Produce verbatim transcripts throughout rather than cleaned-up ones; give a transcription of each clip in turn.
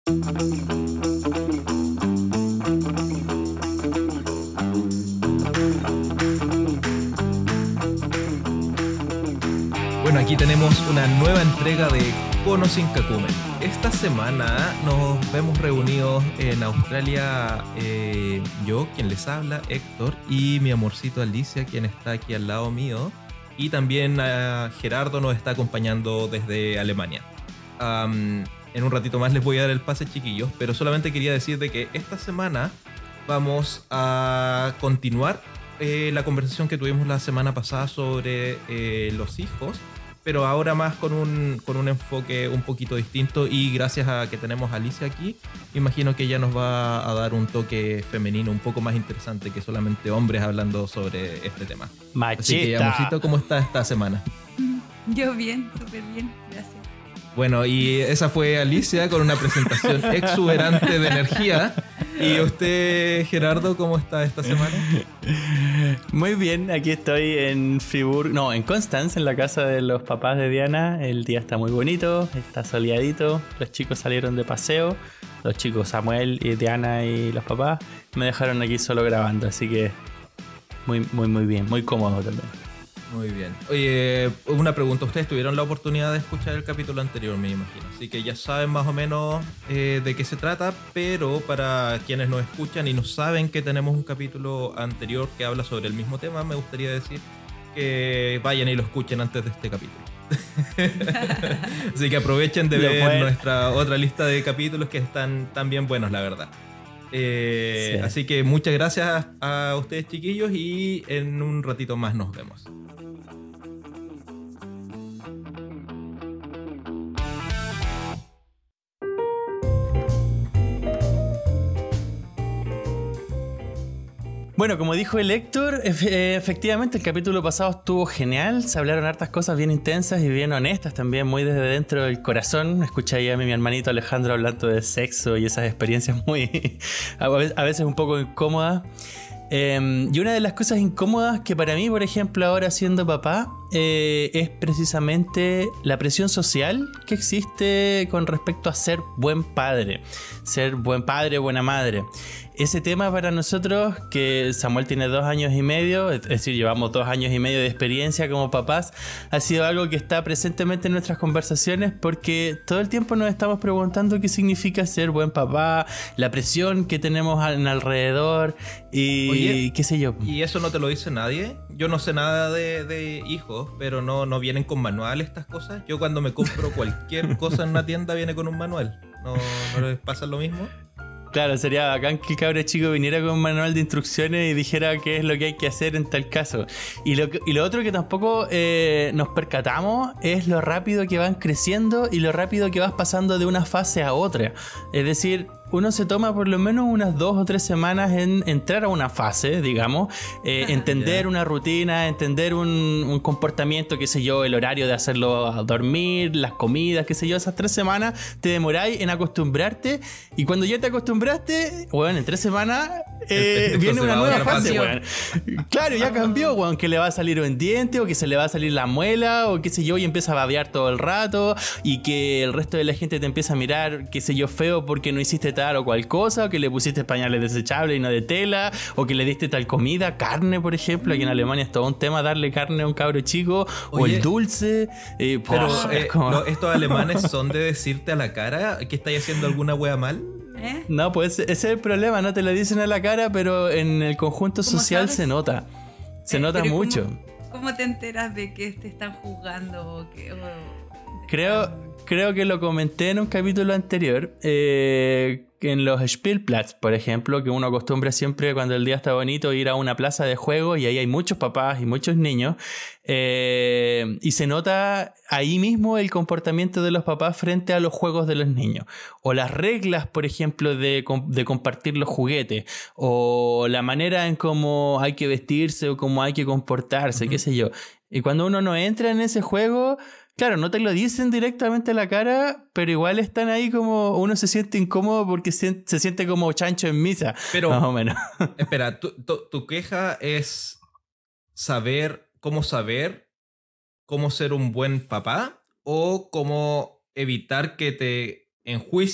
Bueno, aquí tenemos una nueva entrega de Kono Shinkakumen. Esta semana nos vemos reunidos en Australia, eh, yo, quien les habla, Héctor, y mi amorcito Alicia, quien está aquí al lado mío. Y también uh, Gerardo nos está acompañando desde Alemania. Um, en un ratito más les voy a dar el pase, chiquillos, pero solamente quería decir de que esta semana vamos a continuar eh, la conversación que tuvimos la semana pasada sobre eh, los hijos, pero ahora más con un, con un enfoque un poquito distinto, y gracias a que tenemos a Alicia aquí, imagino que ella nos va a dar un toque femenino un poco más interesante que solamente hombres hablando sobre este tema. Machista. Así que, amorcito, ¿cómo está esta semana? Yo bien, súper bien, gracias. Bueno, y esa fue Alicia con una presentación exuberante de energía. ¿Y usted, Gerardo, cómo está esta semana? Muy bien, aquí estoy en Friburgo, no, en Constance, en la casa de los papás de Diana. El día está muy bonito, está soleadito, los chicos salieron de paseo, los chicos Samuel y Diana y los papás me dejaron aquí solo grabando, así que muy, muy, muy bien, muy cómodo también. Muy bien. Oye, una pregunta. Ustedes tuvieron la oportunidad de escuchar el capítulo anterior, me imagino. Así que ya saben más o menos eh, de qué se trata, pero para quienes nos escuchan y no saben que tenemos un capítulo anterior que habla sobre el mismo tema, me gustaría decir que vayan y lo escuchen antes de este capítulo. Así que aprovechen de ver pueden... nuestra otra lista de capítulos que están tan bien buenos, la verdad. Eh, sí. Así que muchas gracias a ustedes, chiquillos, y en un ratito más nos vemos. Bueno, como dijo el Héctor, efectivamente el capítulo pasado estuvo genial. Se hablaron hartas cosas bien intensas y bien honestas también, muy desde dentro del corazón. Escuché ahí a mi, mi hermanito Alejandro hablando de sexo y esas experiencias muy, a veces un poco incómodas. Eh, y una de las cosas incómodas que para mí, por ejemplo, ahora siendo papá, eh, es precisamente la presión social que existe con respecto a ser buen padre, ser buen padre, buena madre. Ese tema para nosotros, que Samuel tiene dos años y medio, es decir, llevamos dos años y medio de experiencia como papás, ha sido algo que está presentemente en nuestras conversaciones porque todo el tiempo nos estamos preguntando qué significa ser buen papá, la presión que tenemos en alrededor y Oye, qué sé yo. ¿Y eso no te lo dice nadie? Yo no sé nada de, de hijos, pero no, no vienen con manual estas cosas. Yo cuando me compro cualquier cosa en una tienda viene con un manual. ¿No, no les pasa lo mismo? Claro, sería bacán que el cabro chico viniera con un manual de instrucciones y dijera qué es lo que hay que hacer en tal caso. Y lo, y lo otro que tampoco eh, nos percatamos es lo rápido que van creciendo y lo rápido que vas pasando de una fase a otra. Es decir, uno se toma por lo menos unas dos o tres semanas en entrar a una fase, digamos, eh, entender yeah. una rutina, entender un, un comportamiento, qué sé yo, el horario de hacerlo a dormir, las comidas, qué sé yo. Esas tres semanas te demoráis en acostumbrarte y cuando ya te acostumbraste, bueno, en tres semanas eh, viene una nueva fase, bueno. Claro, ya cambió, bueno, que le va a salir un diente o que se le va a salir la muela o qué sé yo y empieza a babear todo el rato y que el resto de la gente te empieza a mirar, qué sé yo, feo porque no hiciste tal o cual cosa, o que le pusiste pañales desechables y no de tela, o que le diste tal comida, carne por ejemplo, aquí en Alemania es todo un tema darle carne a un cabro chico. Oye, o el dulce eh, pero oh, eh, como... no, estos alemanes son de decirte a la cara que estáis haciendo alguna wea mal. ¿Eh? No, pues ese es el problema, no te lo dicen a la cara, pero en el conjunto social sabes? se nota se eh, nota mucho. ¿cómo, ¿Cómo te enteras de que te están juzgando o que, o... creo Creo que lo comenté en un capítulo anterior, eh, en los Spielplatz, por ejemplo, que uno acostumbra siempre cuando el día está bonito ir a una plaza de juego y ahí hay muchos papás y muchos niños, eh, y se nota ahí mismo el comportamiento de los papás frente a los juegos de los niños, o las reglas, por ejemplo, de, de compartir los juguetes, o la manera en cómo hay que vestirse o cómo hay que comportarse, uh-huh. qué sé yo. Y cuando uno no entra en ese juego... Claro, no te lo dicen directamente a la cara, pero igual están ahí como uno se siente incómodo porque se, se siente como chancho en misa, pero, más o menos. Espera, tu, tu, tu queja es saber cómo saber cómo ser un buen papá o cómo evitar que te enjuicien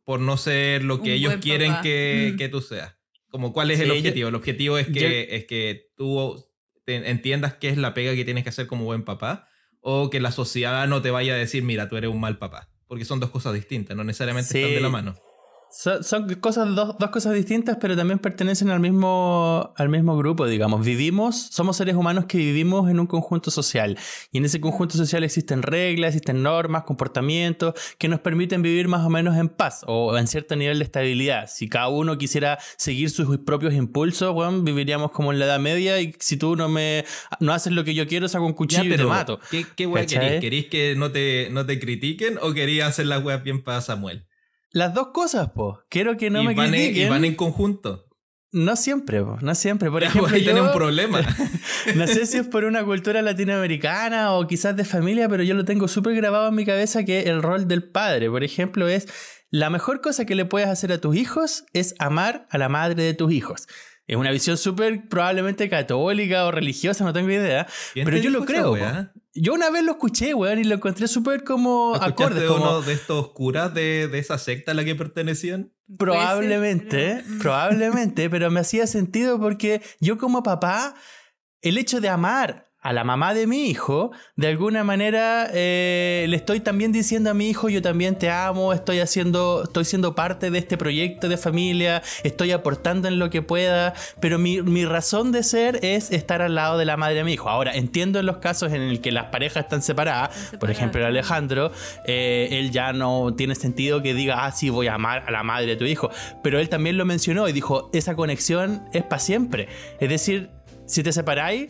por no ser lo que Un ellos buen quieren papá. que, Mm. que tú seas. Como, ¿cuál es Sí, el yo- objetivo? El objetivo es que, yo- es que tú te entiendas qué es la pega que tienes que hacer como buen papá, o que la sociedad no te vaya a decir, mira, tú eres un mal papá. Porque son dos cosas distintas, no necesariamente están de la Sí. mano. Son, son cosas, dos, dos cosas distintas, pero también pertenecen al mismo, al mismo grupo, digamos. Vivimos, somos seres humanos que vivimos en un conjunto social. Y en ese conjunto social existen reglas, existen normas, comportamientos que nos permiten vivir más o menos en paz o en cierto nivel de estabilidad. Si cada uno quisiera seguir sus propios impulsos, bueno, viviríamos como en la Edad Media, y si tú no me no haces lo que yo quiero, saco un cuchillo Ya, y te pero, mato. ¿qué, qué wea ¿Cachai? querís? ¿Querís que no te, no te critiquen o querías hacer las weas bien para Samuel? Las dos cosas, po. Quiero que no y, me van en, critiquen. y van en conjunto. No siempre, po. No siempre. Por Ya, ejemplo, pues ahí tenés yo- un problema. No sé si es por una cultura latinoamericana o quizás de familia, pero yo lo tengo súper grabado en mi cabeza, que el rol del padre, por ejemplo, es la mejor cosa que le puedes hacer a tus hijos es amar a la madre de tus hijos. Es una visión súper probablemente católica o religiosa, no tengo idea, ¿Quién pero te yo dijo lo esa creo. wea? po. Yo una vez lo escuché, weón, y lo encontré súper como ¿Escuchaste acorde. de Como, uno de estos curas de, de esa secta a la que pertenecían? Probablemente, Puede ser, pero- probablemente, pero me hacía sentido porque yo como papá, el hecho de amar a la mamá de mi hijo, de alguna manera eh, le estoy también diciendo a mi hijo, yo también te amo, estoy haciendo, estoy siendo parte de este proyecto de familia, estoy aportando en lo que pueda, pero mi, mi razón de ser es estar al lado de la madre de mi hijo. Ahora, entiendo en los casos en el que las parejas están separadas, Están separadas, por ejemplo, el claro. Alejandro, eh, él ya no tiene sentido que diga, ah, sí, voy a amar a la madre de tu hijo, pero él también lo mencionó y dijo, esa conexión es para siempre. Es decir, si te separáis,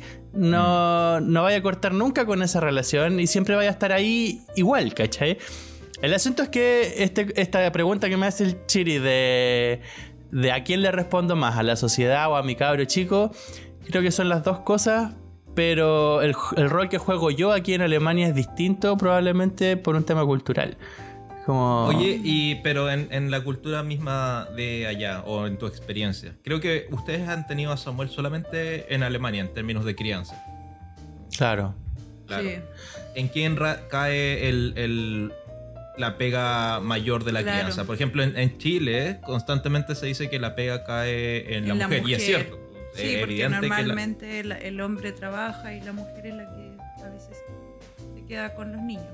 no, no vaya a cortar nunca con esa relación y siempre vaya a estar ahí igual, ¿cachai? El asunto es que este, esta pregunta que me hace el Chiri de, de a quién le respondo más, a la sociedad o a mi cabro chico, creo que son las dos cosas, pero el, el rol que juego yo aquí en Alemania es distinto, probablemente por un tema cultural. Como... Oye, y, pero en, en la cultura misma de allá, o en tu experiencia, creo que ustedes han tenido a Samuel solamente en Alemania, en términos de crianza. Claro. Claro. Sí. ¿En quién ra- cae el, el- la pega mayor de la Claro. crianza? Por ejemplo, en, en Chile constantemente se dice que la pega cae en, la, En la mujer, y es mujer. cierto. Sí, Es porque evidente que la- normalmente la- el hombre trabaja y la mujer es la que a veces se queda con los niños.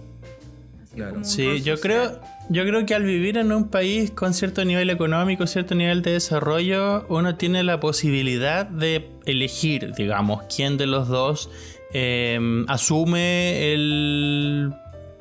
Así Claro. como un Sí, rol yo social. creo, yo creo que al vivir en un país con cierto nivel económico, cierto nivel de desarrollo, uno tiene la posibilidad de elegir, digamos, quién de los dos eh, asume el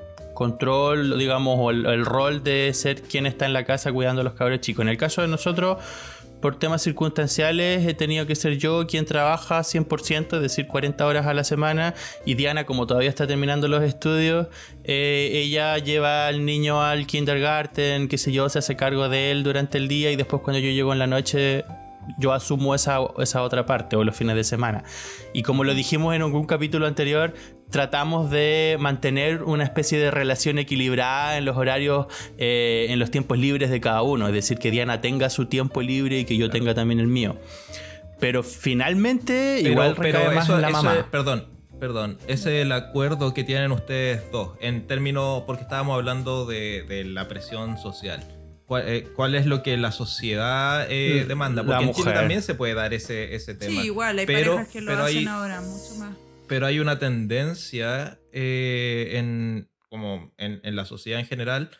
control, digamos, o el, el rol de ser quien está en la casa cuidando a los cabros chicos. En el caso de nosotros, por temas circunstanciales, he tenido que ser yo quien trabaja cien por ciento, es decir, cuarenta horas a la semana, y Diana, como todavía está terminando los estudios, eh, ella lleva al niño al kindergarten, qué sé yo, se hace cargo de él durante el día, y después cuando yo llego en la noche yo asumo esa, esa otra parte, o los fines de semana. Y como lo dijimos en algún capítulo anterior, tratamos de mantener una especie de relación equilibrada en los horarios, eh, en los tiempos libres de cada uno. Es decir, que Diana tenga su tiempo libre y que yo tenga también el mío. Pero finalmente, Pero- igual pero recae más eso- en la eso mamá. es- perdón, perdón. Ese es el acuerdo que tienen ustedes dos, en términos, porque estábamos hablando de, de la presión social. ¿Cuál, eh, cuál es lo que la sociedad eh, La demanda? Porque en Chile mujer. también se puede dar ese, ese tema. Sí, igual, hay Pero- parejas que lo pero hacen hay- ahora mucho más. Pero hay una tendencia eh, en, como en, en la sociedad en general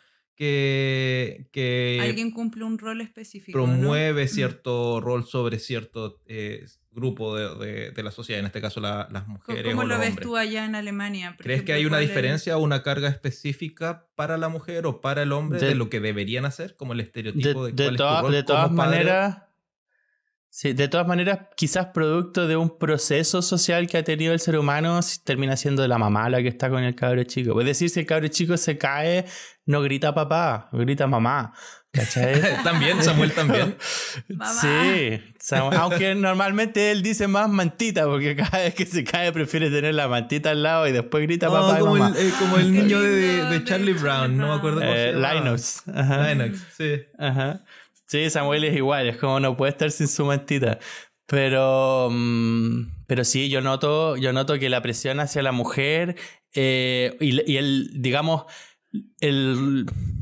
que, que Alguien cumple un rol específico. ¿no? promueve Mm. cierto rol sobre cierto eh, grupo de, de- de la sociedad, en este caso la- las mujeres ¿Cómo o lo los ves hombres. tú allá en Alemania? Por ¿Crees que ejemplo, hay una ¿cuál es- diferencia o una carga específica para la mujer o para el hombre de, De- lo que deberían hacer? Como el De, estereotipo de, de cuál es tu todas- rol de todas como padre. maneras, sí, de todas maneras, quizás producto de un proceso social que ha tenido el ser humano, si- termina siendo la mamá la que está con el cabro chico. Es decir, si el cabro chico se cae, no grita papá, grita mamá. ¿Cachai? También, Samuel también. Mamá. Sí, Samuel- aunque normalmente él dice más mantita, porque cada vez que se cae prefiere tener la mantita al lado y después grita No, papá y como, mamá. el, eh, como el Qué niño de, lindo, de de Charlie Charlie Brown, no me acuerdo cómo Eh, se llama. Linus. Ajá. Linux, sí. Ajá. Sí, Samuel es igual, es como no puede estar sin su mantita. Pero, mm, pero sí, yo noto, yo noto que la presión hacia la mujer eh, y, y el, digamos, el,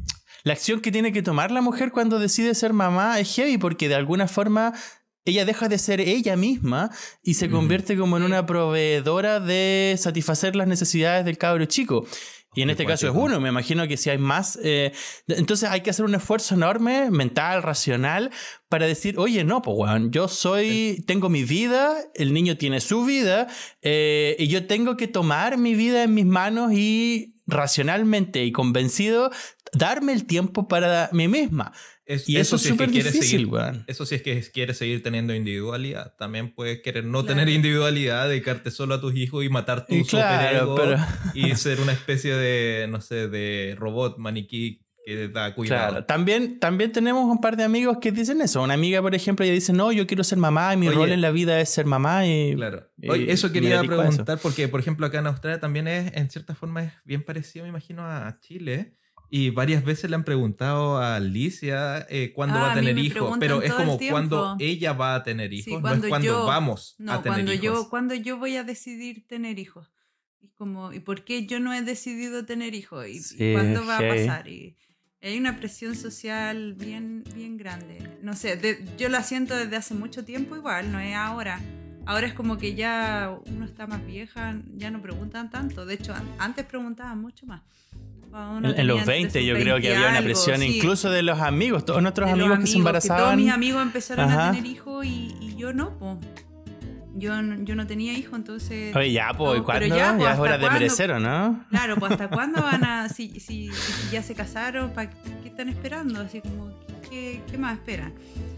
la acción que tiene que tomar la mujer cuando decide ser mamá es heavy, porque de alguna forma ella deja de ser ella misma y se convierte como en una proveedora de satisfacer las necesidades del cabro chico. Y en este caso es uno, me imagino que si hay más... Eh, entonces hay que hacer un esfuerzo enorme, mental, racional, para decir, oye, no, pues weón, yo soy... Tengo mi vida, el niño tiene su vida, eh, y yo tengo que tomar mi vida en mis manos y racionalmente y convencido darme el tiempo para mí misma. Es, y eso, eso si es súper difícil, seguir, weón. Eso si es que quieres seguir teniendo individualidad. También puedes querer no claro. tener individualidad, dedicarte solo a tus hijos y matar tu claro, superego pero... y ser una especie de, no sé, de robot, maniquí que da cuidado. Claro, también, también tenemos un par de amigos que dicen eso. Una amiga, por ejemplo, ella dice, no, yo quiero ser mamá y mi Oye, rol en la vida es ser mamá. Y, claro. y, Oye, eso quería preguntar eso. porque, por ejemplo, acá en Australia también es, en cierta forma, es bien parecido, me imagino, a Chile. Y varias veces le han preguntado a Alicia eh, cuándo ah, va a tener hijos, pero es como cuándo ella va a tener hijos, sí, no es cuándo yo, vamos no, a tener cuando hijos. Yo, cuando yo voy a decidir tener hijos. Y, como, ¿y por qué yo no he decidido tener hijos? ¿Y, sí, ¿y cuándo va hey. a pasar? Y hay una presión social bien, bien grande. No sé, de, yo la siento desde hace mucho tiempo igual, no es ahora. Ahora es como que ya uno está más vieja, ya no preguntan tanto. De hecho, antes preguntaban mucho más. En, en los veinte yo creo que había una presión algo, incluso sí. de los amigos, todos nuestros amigos, amigos que se embarazaban. Que todos mis amigos empezaron Ajá. a tener hijos y, y yo no, pues. Yo, yo no tenía hijos, entonces... Oye, ya, pues, no, ¿cuándo? Ya, pues, ya es hora de merecer, ¿o no? Claro, pues, ¿hasta cuándo van a...? Si, si, si ya se casaron, ¿para qué están esperando? Así como, ¿qué, qué más esperan?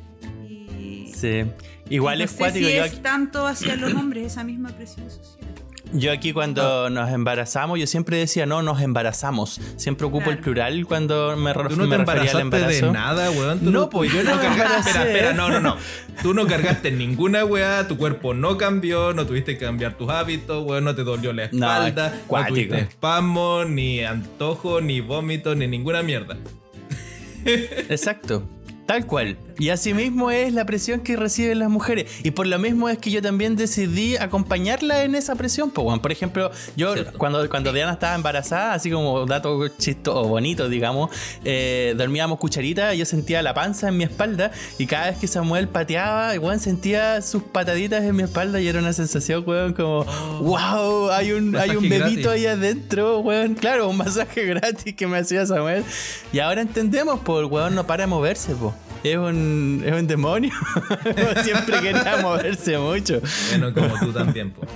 Y, sí, igual y es no cuático. sé si yo es aquí... tanto hacia los hombres esa misma presión social. Yo aquí cuando no. nos embarazamos, yo siempre decía, no, nos embarazamos. Siempre ocupo claro. el plural cuando me, ¿Tú no me te refería al embarazo. de nada, weón? No, no, pues yo no me embaracé. Espera, espera, no, no, no. Tú no cargaste ninguna weá, tu cuerpo no cambió, no tuviste que cambiar tus hábitos, weón, no te dolió la espalda, no, no tuviste espasmo, ni antojo, ni vómito, ni ninguna mierda. Exacto. Tal cual. Y así mismo es la presión que reciben las mujeres. Y por lo mismo es que yo también decidí acompañarla en esa presión. Pues, bueno, por ejemplo, yo cuando, cuando Diana estaba embarazada, así como dato chistoso, bonito, digamos, eh, dormíamos cucharita, yo sentía la panza en mi espalda y cada vez que Samuel pateaba, igual sentía sus pataditas en mi espalda y era una sensación, weón, como oh, wow, hay un, hay un bebito gratis. Ahí adentro, weón. Claro, un masaje gratis que me hacía Samuel. Y ahora entendemos, pues el weón no para de moverse, pues. Es un, es un demonio. Siempre quería moverse mucho. Bueno, como tú también, po.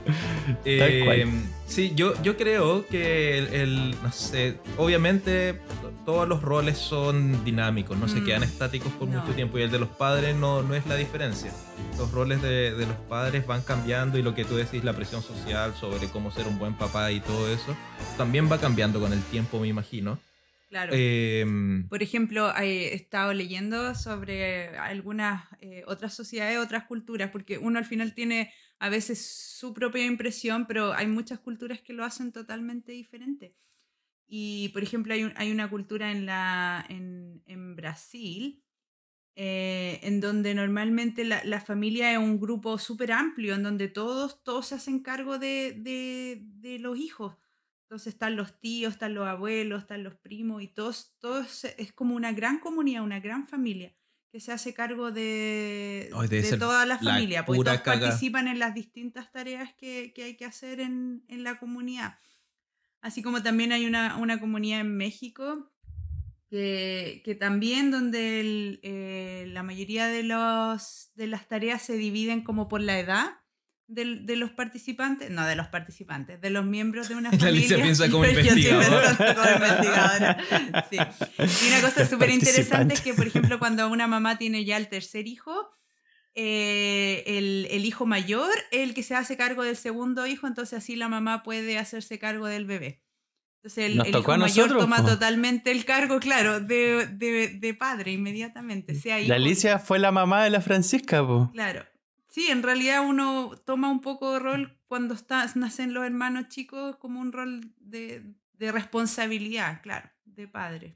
Eh, sí, yo, yo creo que el, el, no sé, obviamente todos los roles son dinámicos, no mm. se quedan estáticos por no. mucho tiempo y el de los padres no, no es la diferencia. Los roles de, de los padres van cambiando y lo que tú decís, la presión social sobre cómo ser un buen papá y todo eso, también va cambiando con el tiempo, me imagino. Claro. Eh, Por ejemplo, he estado leyendo sobre algunas eh, otras sociedades, otras culturas, porque uno al final tiene a veces su propia impresión, pero hay muchas culturas que lo hacen totalmente diferente. Y, por ejemplo, hay, un, hay una cultura en, la, en, en Brasil eh, en donde normalmente la, la familia es un grupo súper amplio, en donde todos, todos se hacen cargo de, de, de los hijos. Entonces están los tíos, están los abuelos, están los primos y todos, todos es como una gran comunidad, una gran familia que se hace cargo de, oh, de toda la familia, porque todos caga. participan en las distintas tareas que, que hay que hacer en, en la comunidad. Así como también hay una, una comunidad en México que, que también donde el, eh, la mayoría de, los, de las tareas se dividen como por la edad. De, de los participantes, no de los participantes, de los miembros de una familia. La Alicia piensa como investigadora. como investigadora. Sí. Y una cosa súper interesante es que, por ejemplo, cuando una mamá tiene ya el tercer hijo, eh, el, el hijo mayor es el que se hace cargo del segundo hijo, entonces así la mamá puede hacerse cargo del bebé. Entonces el, el hijo mayor toma po. totalmente el cargo, claro, de, de, de padre inmediatamente. Sea hijo, la Alicia fue la mamá de la Francisca, po. Claro. Sí, en realidad uno toma un poco de rol cuando está, nacen los hermanos chicos como un rol de, de responsabilidad, claro, de padre.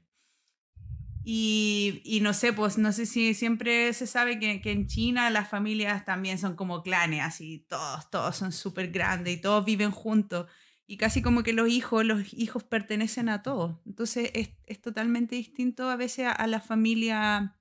Y, y no sé, pues no sé si siempre se sabe que, que en China las familias también son como clanes, así todos, todos son súper grandes y todos viven juntos. y casi como que los hijos, los hijos pertenecen a todos. Entonces es, es totalmente distinto a veces a, a la familia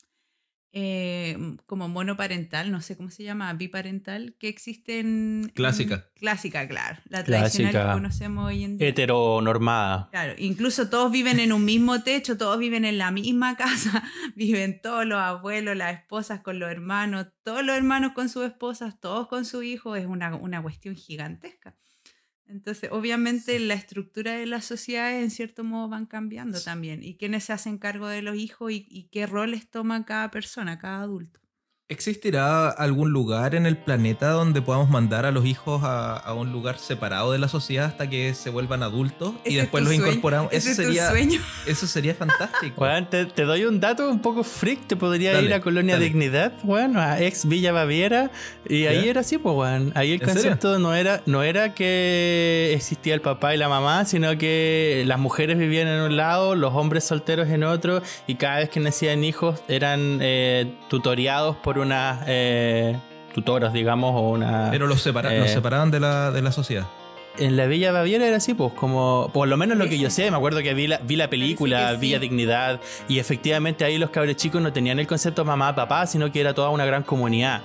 eh, como monoparental, no sé cómo se llama, biparental, que existe en... Clásica. En, clásica, claro. La tradicional Clásica. que conocemos hoy en día. Heteronormada. Claro, incluso todos viven en un mismo techo, todos viven en la misma casa, viven todos los abuelos, las esposas con los hermanos, todos los hermanos con sus esposas, todos con su hijo, es una, una cuestión gigantesca. Entonces, obviamente, la estructura de las sociedades en cierto modo van cambiando también. Y quiénes se hacen cargo de los hijos y, y qué roles toma cada persona, cada adulto. ¿Existirá algún lugar en el planeta donde podamos mandar a los hijos a, a un lugar separado de la sociedad hasta que se vuelvan adultos y ¿Ese después es tu los sueño? incorporamos? ¿Ese Eso es tu sería, sueño? eso sería fantástico. Bueno, te, te doy un dato un poco freak. Te podría Dale, ir a Colonia dale. Dignidad, bueno, a ex Villa Baviera. Y ahí ¿Ya? era así, pues, bueno. Ahí el ¿En concepto no era, no era que existía el papá y la mamá, sino que las mujeres vivían en un lado, los hombres solteros en otro. Y cada vez que nacían hijos eran eh, tutoriados por unas eh, tutoras, digamos, o una... Pero los, separa- eh, los separaban de la, de la sociedad. En la Villa Baviera era así, pues, como, por lo menos lo que yo sé, me acuerdo que vi la, vi la película Parece que Villa sí. Dignidad, y efectivamente ahí los cabros chicos no tenían el concepto mamá, papá, sino que era toda una gran comunidad.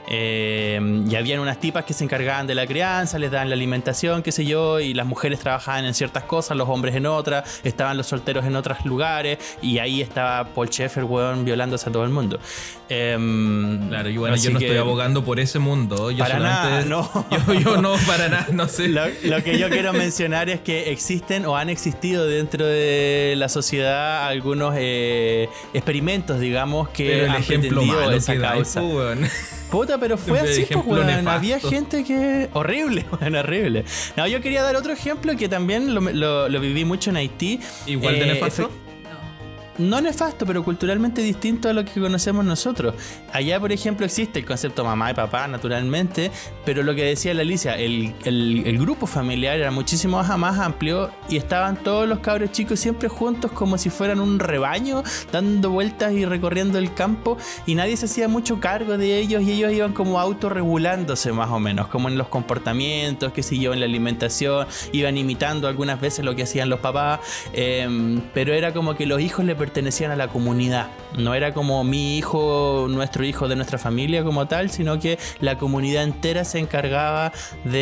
Eh, y habían unas tipas que se encargaban de la crianza, les daban la alimentación, qué sé yo, y las mujeres trabajaban en ciertas cosas, los hombres en otras, estaban los solteros en otros lugares, y ahí estaba Paul Schaeffer, weón, violándose a todo el mundo. Eh, Claro, y bueno, así yo no que- estoy abogando por ese mundo. Yo Para solamente- nada, no. Yo, yo no, para nada, no sé. Lo, lo que yo quiero mencionar es que existen o han existido dentro de la sociedad algunos eh, experimentos, digamos, que Pero el han ejemplo pretendido malo esa que dais, causa. po, weón. Puta, pero fue El así, pues, ejemplo weón. nefasto. Había gente que... Horrible, weón, horrible. No, yo quería dar otro ejemplo que también lo, lo- lo viví mucho en Haití. Igual de Eh, nefasto. efe- No nefasto, pero culturalmente distinto a lo que conocemos nosotros. Allá, por ejemplo, existe el concepto mamá y papá, naturalmente, pero lo que decía la Alicia, el, el, el grupo familiar era muchísimo más, más amplio y estaban todos los cabros chicos siempre juntos como si fueran un rebaño, dando vueltas y recorriendo el campo, y nadie se hacía mucho cargo de ellos y ellos iban como autorregulándose más o menos, como en los comportamientos, qué sé yo, en la alimentación, iban imitando algunas veces lo que hacían los papás, eh, pero era como que los hijos le pertenecían a la comunidad. No era como mi hijo, nuestro hijo de nuestra familia como tal, sino que la comunidad entera se encargaba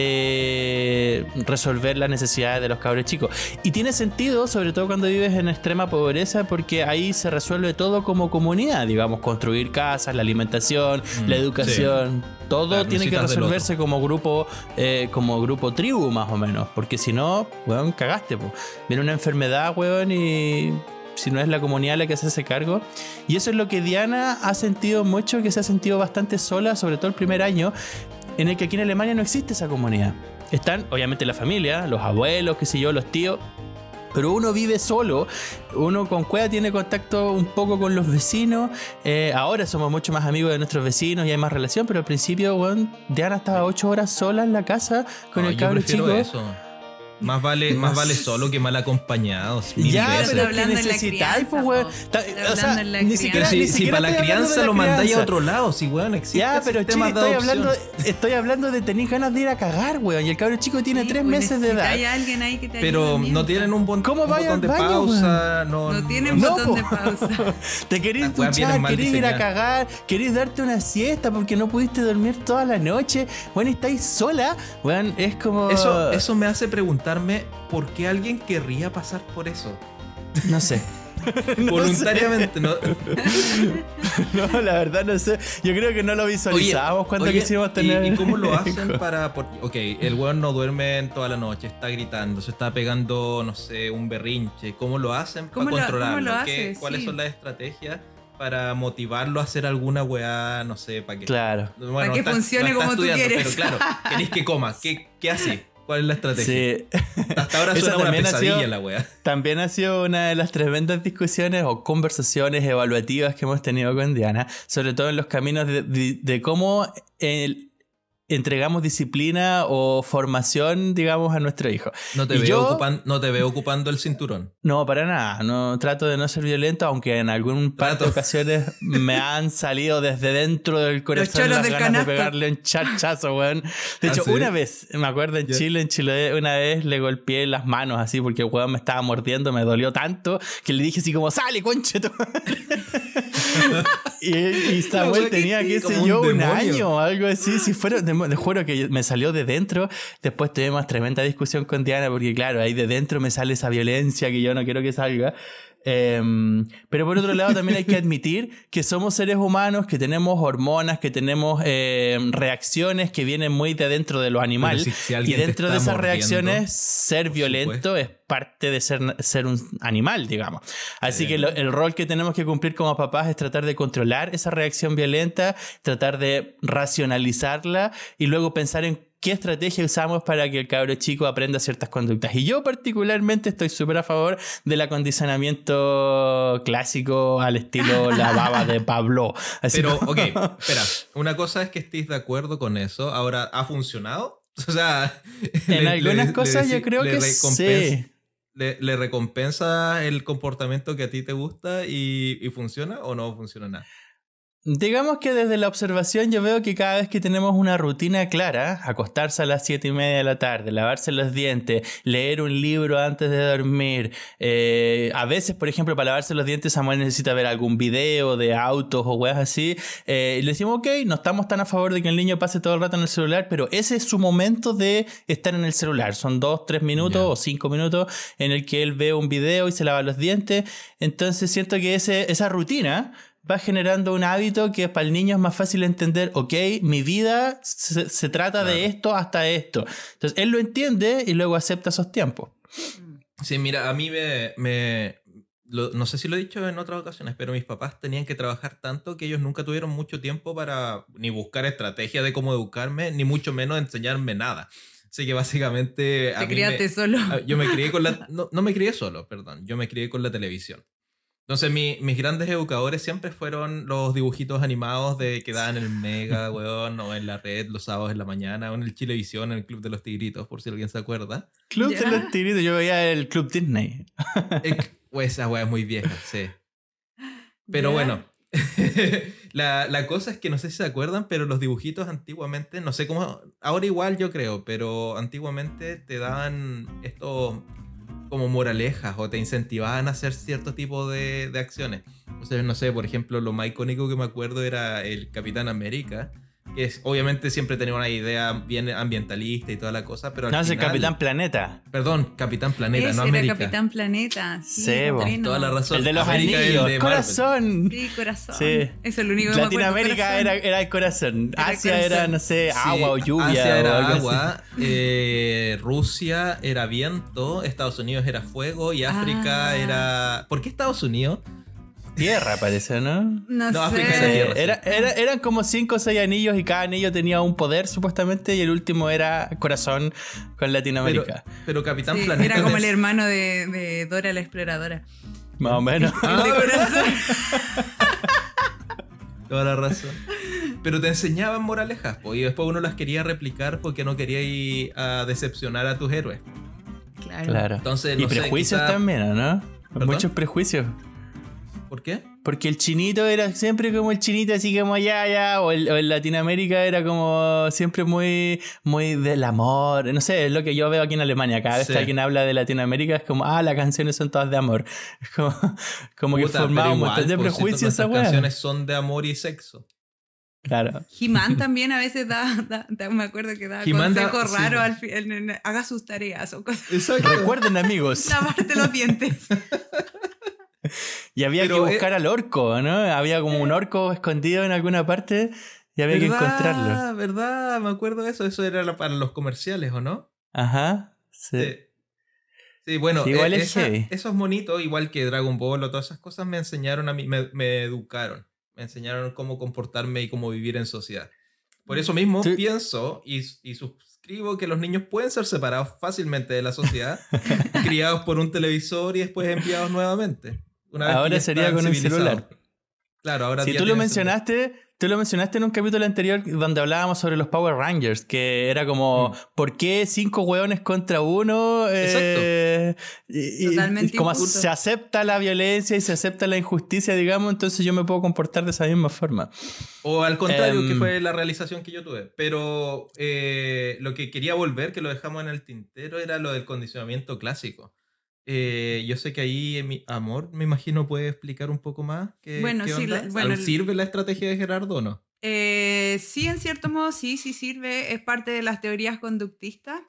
de resolver las necesidades de los cabros chicos. Y tiene sentido, sobre todo cuando vives en extrema pobreza, porque ahí se resuelve todo como comunidad, digamos, construir casas, la alimentación, Mm, la educación, todo Claro, tiene que necesitas del resolverse como grupo, eh, como grupo tribu más o menos, porque si no, weón, cagaste, po. Viene una enfermedad, weón, y si no es la comunidad la que se hace cargo. Y eso es lo que Diana ha sentido mucho, que se ha sentido bastante sola, sobre todo el primer año, en el que aquí en Alemania no existe esa comunidad. Están, obviamente, la familia, los abuelos, qué sé yo, los tíos, pero uno vive solo, uno con Cueva tiene contacto un poco con los vecinos, eh, ahora somos mucho más amigos de nuestros vecinos y hay más relación, pero al principio, bueno, Diana estaba ocho horas sola en la casa con No, el yo cabro prefiero chico. eso. Más vale, más vale solo que mal acompañado. mil Ya, veces. pero Hablando que en la necesitáis, crianza, pues, weón. po. Ta- Estoy O sea, hablando en la ni crianza. siquiera, Pero ni si, si siquiera para la estoy hablando crianza de lo mandáis a crianza. otro lado, si weón, existe Ya, pero sistemas chico, de estoy adopción. hablando, estoy hablando de tener ganas de ir a cagar, weón. Y el cabro chico tiene Sí, tres pues, meses de edad. necesitáis a alguien ahí que te Pero ayude no mientras. tienen un, bon- ¿Cómo un vaya botón de al baño, pausa. No, No tienen No, botón po. de pausa. Te querés Las weas vienen duchar, mal querés ir a diseñadas. cagar, querés darte una siesta porque no pudiste dormir toda la noche. Bueno, y estáis sola, weón, es como... Eso, eso me hace preguntarme por qué alguien querría pasar por eso. No sé. No Voluntariamente. No. sé. No, la verdad no sé. Yo creo que no lo visualizamos cuando Oye, quisimos ¿y- tener... ¿Y cómo lo hacen para...? por- ok, el weón no duerme en toda la noche, está gritando, se está pegando, no sé, un berrinche. ¿Cómo lo hacen para ¿Cómo lo- controlarlo? cómo lo ¿Qué- hace? ¿Cuáles Sí. son las estrategias para motivarlo a hacer alguna weá, no sé, para que... Claro. Bueno, Para que está- funcione está como tú estudiando, quieres. Pero claro, queréis que coma. ¿Qué, qué hace? ¿Cuál es la estrategia? Sí. Hasta ahora Eso suena una también ha pesadilla sido- la weá. También ha sido una de las tremendas discusiones o conversaciones evaluativas que hemos tenido con Diana, sobre todo en los caminos de, de- de cómo el- entregamos disciplina o formación, digamos, a nuestro hijo. No te, y veo, yo, ocupan, no te veo ocupando el cinturón. No, para nada. No trato de no ser violento, aunque en algún par de ocasiones me han salido desde dentro del corazón las ganas canasto. de pegarle un chachazo, weón. De hecho, ¿Ah, sí? una vez, me acuerdo en yeah. Chile, en Chile, una vez le golpeé las manos así porque el weón me estaba mordiendo, me dolió tanto que le dije así como, ¡sale, concheto! y, y Samuel tenía, qué sé yo, un, un año o algo así. Si fuera, te, te juro que me salió de dentro. Después tuvimos tremenda discusión con Diana porque, claro, ahí de dentro me sale esa violencia que yo no quiero que salga. Eh, pero por otro lado también hay que admitir que somos seres humanos, que tenemos hormonas, que tenemos eh, reacciones que vienen muy de dentro de los animales, si, si y dentro de esas reacciones ser violento es parte de ser, ser un animal, digamos. Así eh. que lo, el rol que tenemos que cumplir como papás es tratar de controlar esa reacción violenta, tratar de racionalizarla y luego pensar en qué estrategia usamos para que el cabro chico aprenda ciertas conductas. Y yo particularmente estoy súper a favor del acondicionamiento clásico al estilo la baba de Pablo. Así Pero, como... ok, espera. Una cosa es que estés de acuerdo con eso. Ahora, ¿ha funcionado? O sea... En le, algunas le, cosas le, yo creo que sí. Le, ¿Le recompensa el comportamiento que a ti te gusta y, y funciona o no funciona nada? Digamos que desde la observación yo veo que cada vez que tenemos una rutina clara, acostarse a las siete y media de la tarde, lavarse los dientes, leer un libro antes de dormir, eh, a veces, por ejemplo, para lavarse los dientes Samuel necesita ver algún video de autos o weas así, eh, y le decimos, ok, no estamos tan a favor de que el niño pase todo el rato en el celular, pero ese es su momento de estar en el celular, son dos, tres minutos yeah. o cinco minutos en el que él ve un video y se lava los dientes. Entonces siento que ese, esa rutina va generando un hábito que para el niño es más fácil entender, ok, mi vida se, se trata claro. de esto hasta esto. Entonces él lo entiende y luego acepta esos tiempos. Sí, mira, a mí me... me lo, no sé si lo he dicho en otras ocasiones, pero mis papás tenían que trabajar tanto que ellos nunca tuvieron mucho tiempo para ni buscar estrategia de cómo educarme, ni mucho menos enseñarme nada. Así que básicamente... Te criaste me, solo. Yo me crié con la... No, no me crié solo, perdón. Yo me crié con la televisión. Entonces mi, mis grandes educadores siempre fueron los dibujitos animados de que daban en el Mega, weón, o en la red los sábados en la mañana, o en el Chilevisión, en el Club de los Tigritos, por si alguien se acuerda. Club ¿Ya? de los Tigritos, yo veía el Club Disney. El, pues esa weá es muy vieja, sí. Pero ¿Ya? bueno, la, la cosa es que no sé si se acuerdan, pero los dibujitos antiguamente, no sé cómo, ahora igual yo creo, pero antiguamente te daban estos... como moralejas o te incentivaban a hacer cierto tipo de, de acciones. O sea, no sé, por ejemplo, lo más icónico que me acuerdo era el Capitán América, que es, obviamente siempre tenía una idea bien ambientalista y toda la cosa, pero al no, final... es el Capitán Planeta. Perdón, Capitán Planeta, Ese no era América. Capitán Planeta, sí. sí toda la razón. El de los América, anillos, el de corazón. Sí, corazón. Sí. Eso es lo único que Latinoamérica era, era el corazón. Era Asia corazón. era, no sé, sí, agua o lluvia. Asia era o algo agua, eh, Rusia era viento, Estados Unidos era fuego y África ah. era... ¿Por qué Estados Unidos? Tierra, parece, ¿no? No, no sé. África era tierra. Sí. Era, era, eran como cinco o seis anillos y cada anillo tenía un poder, supuestamente, y el último era corazón con Latinoamérica. Pero, pero Capitán sí, Planeta... Era como es... el hermano de, de Dora la Exploradora. Más o menos. El de corazón. Toda la razón. Pero te enseñaban moralejas, po, y después uno las quería replicar porque no quería ir a decepcionar a tus héroes. Claro. claro. Entonces, no y sé, prejuicios quizá... también, ¿no? ¿Perdón? Muchos prejuicios. ¿Por qué? Porque el chinito era siempre como el chinito así como ya, ya, o, el, o en Latinoamérica era como siempre muy, muy del amor. No sé, es lo que yo veo aquí en Alemania. Cada vez sí. que alguien habla de Latinoamérica es como, ah, las canciones son todas de amor. Es como, como Puta, que formaba un montón de pues, prejuicios esa weá. Las canciones son de amor y sexo. Claro. He-Man también a veces da, da, da me acuerdo que da consejos raros, al fi- en, en, haga sus tareas o cosas. Exacto. Recuerden, amigos. Lavarte los dientes. Y había Pero que buscar eh, al orco, ¿no? Había como un orco escondido en alguna parte y había ¿verdad, que encontrarlo. ¿Verdad? Me acuerdo de eso. Eso era para los comerciales, ¿o no? Ajá, sí. Sí, sí bueno, sí, igual eh, es esa, heavy. esos monitos, igual que Dragon Ball o todas esas cosas, me enseñaron a mí, me, me educaron. Me enseñaron cómo comportarme y cómo vivir en sociedad. Por eso mismo sí. pienso y, y suscribo que los niños pueden ser separados fácilmente de la sociedad, criados por un televisor y después enviados nuevamente. Una vez Ahora sería con un celular. Claro, Claro, ahora si tú lo mencionaste, tú lo mencionaste en un capítulo anterior donde hablábamos sobre los Power Rangers, que era como, mm. ¿por qué cinco hueones contra uno? Eh, y, Totalmente y como injusto. Se acepta la violencia y se acepta la injusticia, digamos, entonces yo me puedo comportar de esa misma forma. O al contrario, um, que fue la realización que yo tuve. Pero eh, lo que quería volver, que lo dejamos en el tintero, era lo del condicionamiento clásico. Eh, yo sé que ahí, mi amor, me imagino puede explicar un poco más. ¿Qué, bueno, qué sí, onda? La, bueno, ¿Sirve la estrategia de Gerardo o no? Eh, sí, en cierto modo sí, sí sirve. Es parte de las teorías conductistas.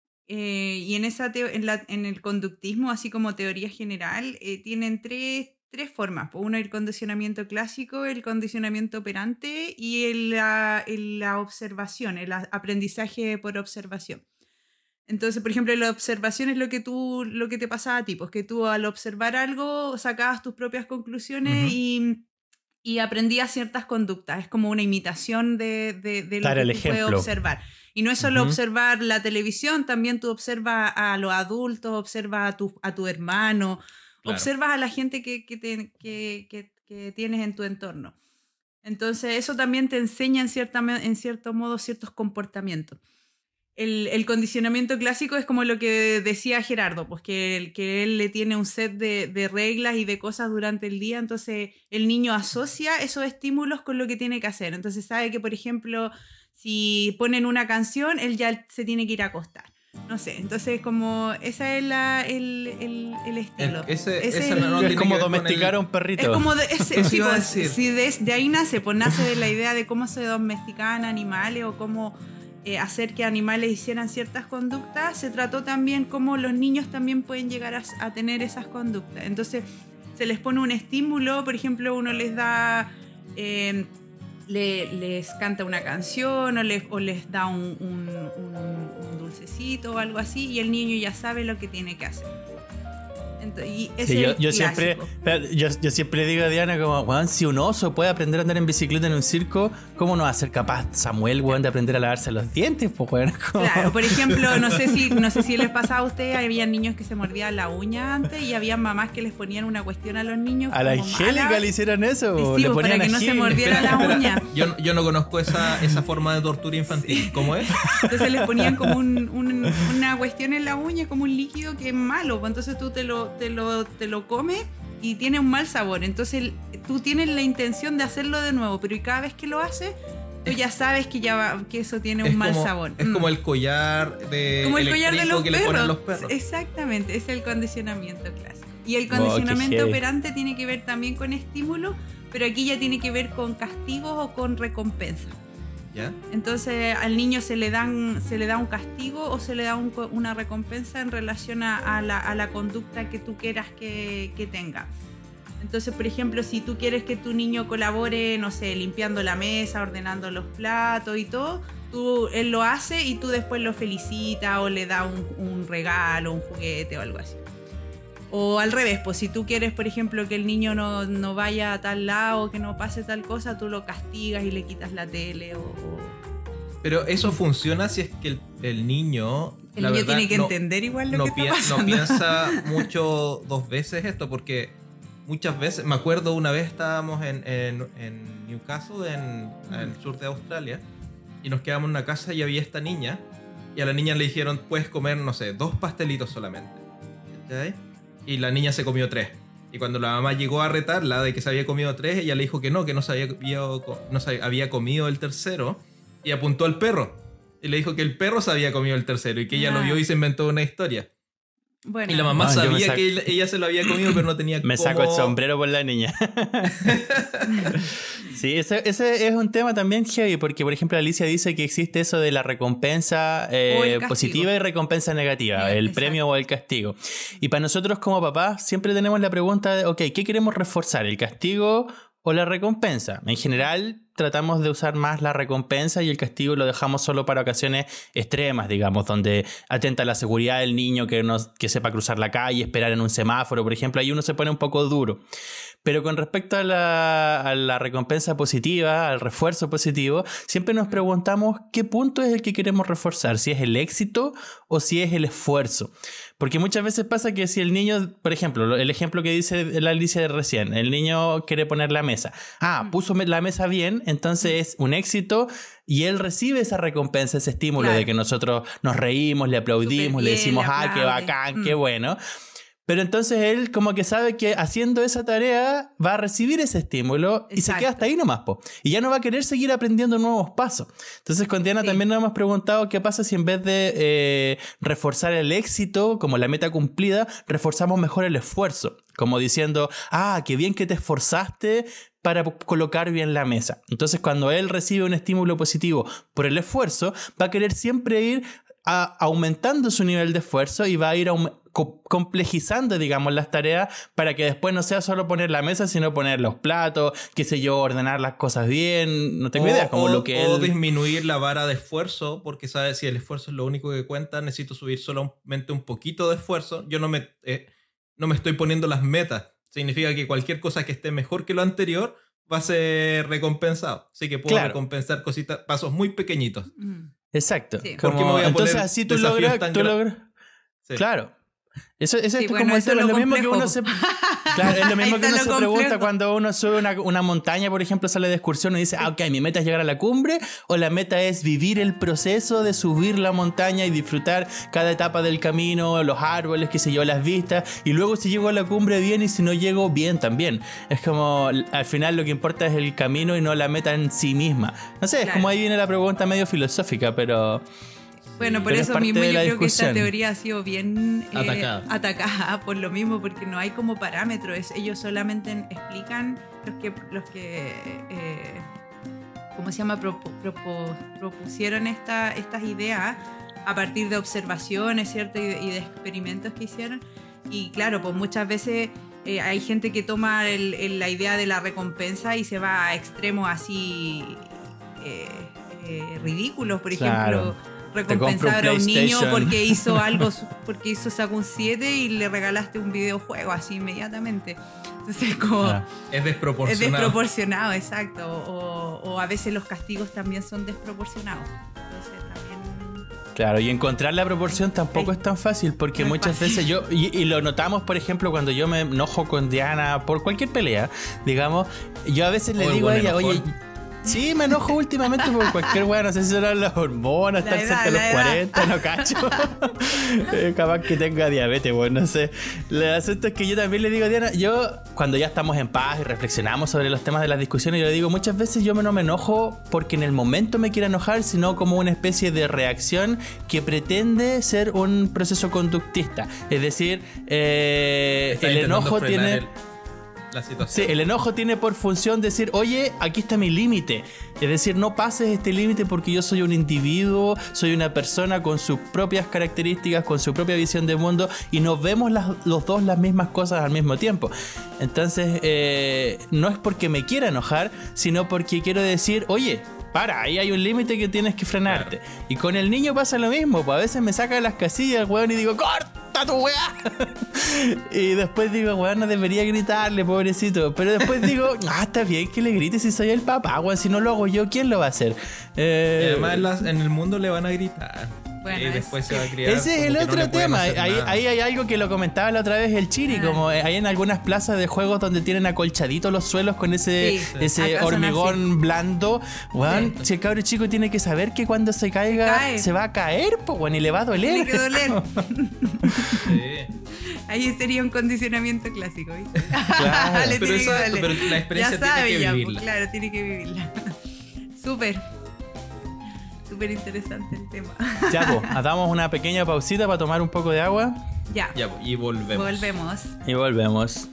Eh, y en, esa teo en, la, en el conductismo, así como teoría general, eh, tienen tres, tres formas. Uno, el condicionamiento clásico, el condicionamiento operante y el, la, el, la observación, el aprendizaje por observación. Entonces, por ejemplo, la observación es lo que tú, lo que te pasaba a ti, pues que tú al observar algo sacabas tus propias conclusiones uh-huh. y, y aprendías ciertas conductas. Es como una imitación de, de, de lo que tú puedes observar. Y no es solo uh-huh. observar la televisión, también tú observas a los adultos, observas a tu, a tu hermano, claro. observas a la gente que, que, te, que, que, que tienes en tu entorno. Entonces, eso también te enseña en, cierta, en cierto modo ciertos comportamientos. El, el condicionamiento clásico es como lo que decía Gerardo, pues que, el, que él le tiene un set de, de reglas y de cosas durante el día, entonces el niño asocia esos estímulos con lo que tiene que hacer. Entonces sabe que, por ejemplo, si ponen una canción, él ya se tiene que ir a acostar. No sé, entonces como ese es la, el, el, el estilo. El, ese, ese ese el, no es como domesticar el... a un perrito. Es como de, ese, sí, pues, si de, de ahí nace, pues nace de la idea de cómo se domesticaban animales o cómo... Eh, hacer que animales hicieran ciertas conductas. Se trató también cómo los niños también pueden llegar a, a tener esas conductas. Entonces se les pone un estímulo, por ejemplo, uno les da, eh, le, les canta una canción o les, o les da un, un, un, un dulcecito o algo así y el niño ya sabe lo que tiene que hacer. Entonces, y ese sí, yo, es yo, siempre, yo, yo siempre digo a Diana como, weón, si un oso puede aprender a andar en bicicleta en un circo, ¿cómo no va a ser capaz Samuel, weón, de aprender a lavarse los dientes? Pues, weón, como... Claro, por ejemplo, no sé si no sé si les pasaba a ustedes, había niños que se mordían la uña antes y había mamás que les ponían una cuestión a los niños. A la Angélica le hicieron eso, sí, le ponían para que no se mordiera la uña. Yo, yo no conozco esa, esa forma de tortura infantil. Sí. ¿Cómo es? Entonces les ponían como un, un, una cuestión en la uña, como un líquido que es malo, pues entonces tú te lo, te lo, te lo comes y tiene un mal sabor. Entonces tú tienes la intención de hacerlo de nuevo, pero y cada vez que lo haces, tú ya sabes que, ya va, que eso tiene un es mal como, sabor. Es mm. como el collar de como el collar de los que perros. le ponen los perros. Exactamente, es el condicionamiento clásico. Y el condicionamiento oh, operante tiene que ver también con estímulos, pero aquí ya tiene que ver con castigos o con recompensas. ¿Ya? Entonces al niño se le dan se le da un castigo o se le da un, una recompensa en relación a, a, la, a la conducta que tú quieras que, que tenga. Entonces, por ejemplo, si tú quieres que tu niño colabore, no sé, limpiando la mesa, ordenando los platos y todo, tú, él lo hace y tú después lo felicitas o le das un, un regalo, un juguete o algo así. O al revés, pues si tú quieres, por ejemplo, que el niño no, no vaya a tal lado, que no pase tal cosa, tú lo castigas y le quitas la tele o... o... Pero eso funciona si es que el, el niño... El niño verdad, tiene que no, entender igual lo no que está pasando. No piensa mucho dos veces esto, porque muchas veces... Me acuerdo una vez estábamos en, en, en Newcastle, en, en el sur de Australia, y nos quedamos en una casa y había esta niña, y a la niña le dijeron, puedes comer, no sé, dos pastelitos solamente. ¿Okay? Y la niña se comió tres. Y cuando la mamá llegó a retarla de que se había comido tres, ella le dijo que no, que no se había, no se había comido el tercero. Y apuntó al perro. Y le dijo que el perro se había comido el tercero. Y que ella ah. lo vio y se inventó una historia. Bueno. Y la mamá bueno, sabía que ella se lo había comido, pero no tenía me cómo... saco el sombrero por la niña. Sí, ese, ese es un tema también heavy, porque por ejemplo Alicia dice que existe eso de la recompensa eh, positiva y recompensa negativa, sí, el exacto. premio o el castigo. Y para nosotros como papás siempre tenemos la pregunta de, ok, ¿qué queremos reforzar? ¿El castigo o la recompensa? En general tratamos de usar más la recompensa y el castigo lo dejamos solo para ocasiones extremas, digamos, donde atenta a la seguridad del niño, que, no, que sepa cruzar la calle, esperar en un semáforo, por ejemplo, ahí uno se pone un poco duro. Pero con respecto a la, a la recompensa positiva, al refuerzo positivo, siempre nos preguntamos qué punto es el que queremos reforzar, si es el éxito o si es el esfuerzo. Porque muchas veces pasa que si el niño, por ejemplo, el ejemplo que dice la Alicia de recién, el niño quiere poner la mesa. Ah, puso la mesa bien, entonces es un éxito y él recibe esa recompensa, ese estímulo claro. de que nosotros nos reímos, le aplaudimos, bien, le decimos, le ah, qué bacán, mm. qué bueno. Pero entonces él como que sabe que haciendo esa tarea va a recibir ese estímulo Exacto. y se queda hasta ahí nomás, po. Y ya no va a querer seguir aprendiendo nuevos pasos. Entonces con Diana sí. también nos hemos preguntado qué pasa si en vez de eh, reforzar el éxito como la meta cumplida, reforzamos mejor el esfuerzo. Como diciendo, ah, qué bien que te esforzaste para colocar bien la mesa. Entonces cuando él recibe un estímulo positivo por el esfuerzo, va a querer siempre ir a, aumentando su nivel de esfuerzo y va a ir aumentando complejizando, digamos, las tareas para que después no sea solo poner la mesa, sino poner los platos, qué sé yo, ordenar las cosas bien, no tengo o, idea, como o, lo que o él... disminuir la vara de esfuerzo, porque sabes, si el esfuerzo es lo único que cuenta, necesito subir solamente un poquito de esfuerzo, yo no me, eh, no me estoy poniendo las metas, significa que cualquier cosa que esté mejor que lo anterior va a ser recompensado, así que puedo claro. recompensar cositas, pasos muy pequeñitos. Exacto. Sí. Como, me voy a entonces así tú logras... Tú logras sí. Claro. Eso, eso sí, es, bueno, como eso es lo, lo mismo que uno se claro, es lo mismo que uno se pregunta cuando uno sube una, una montaña, por ejemplo, sale de excursión y dice, ah, ok, mi meta es llegar a la cumbre, o la meta es vivir el proceso de subir la montaña y disfrutar cada etapa del camino, los árboles, qué sé yo, las vistas, y luego si llego a la cumbre bien y si no llego bien también. Es como, al final lo que importa es el camino y no la meta en sí misma. No sé, claro. es como ahí viene la pregunta medio filosófica, pero... Bueno, por eso mismo yo creo discusión. que esta teoría ha sido bien eh, atacada. atacada por lo mismo, porque no hay como parámetros. Ellos solamente explican los que, los que eh, ¿cómo se llama? Propo, propo, propusieron esta, estas ideas a partir de observaciones, ¿cierto? Y de, y de experimentos que hicieron. Y claro, pues muchas veces eh, hay gente que toma el, el, la idea de la recompensa y se va a extremos así eh, eh, ridículos, por ejemplo... Claro. recompensar a un niño porque hizo algo, porque hizo sacó un siete y le regalaste un videojuego así inmediatamente. Entonces como ah, es desproporcionado. Es desproporcionado, exacto. O, o a veces los castigos también son desproporcionados. Entonces también... Claro, y encontrar la proporción tampoco es tan fácil porque no muchas fácil. veces yo, y, y lo notamos por ejemplo cuando yo me enojo con Diana por cualquier pelea, digamos, yo a veces le o digo a ella, oye... Sí, me enojo últimamente por cualquier weá, no sé si son las hormonas, estar cerca de los cuarenta, no cacho. eh, capaz que tenga diabetes, bueno, no sé. El asunto es que yo también le digo a Diana, yo cuando ya estamos en paz y reflexionamos sobre los temas de las discusiones, yo le digo, muchas veces yo no me enojo porque en el momento me quiera enojar, sino como una especie de reacción que pretende ser un proceso conductista. Es decir, eh, el enojo tiene... El... La situación. Sí, el enojo tiene por función decir, oye, aquí está mi límite. Es decir, no pases este límite porque yo soy un individuo, soy una persona con sus propias características, con su propia visión del mundo y nos vemos las, los dos las mismas cosas al mismo tiempo. Entonces, eh, no es porque me quiera enojar, sino porque quiero decir, oye, para, ahí hay un límite que tienes que frenarte. Claro. Y con el niño pasa lo mismo, pues a veces me saca de las casillas, weón, y digo, ¡corta tu weá! Y después digo, weón, no debería gritarle, pobrecito. Pero después digo, ah, está bien que le grite si soy el papá, weón, si no lo hago yo, ¿quién lo va a hacer? Eh, y además en, las, en el mundo le van a gritar. Bueno, y después se va a criar. Ese es el otro no tema. Ahí, ahí hay algo que lo comentaba la otra vez el Chiri, ah. como hay en algunas plazas de juegos donde tienen acolchaditos los suelos con ese, sí, ese hormigón blando. Bueno, sí. Si el cabro chico tiene que saber que cuando se caiga se, cae. se va a caer, pues bueno, y le va a doler. Tiene que doler. Sí. Ahí sería un condicionamiento clásico, ¿viste? Claro. pero, eso, pero la experiencia ya tiene sabe, que ya, vivirla. Pues, claro, tiene que vivirla. Súper. Súper interesante el tema. Ya, pues, damos una pequeña pausita para tomar un poco de agua. Ya. Ya, y volvemos. Volvemos. Y volvemos.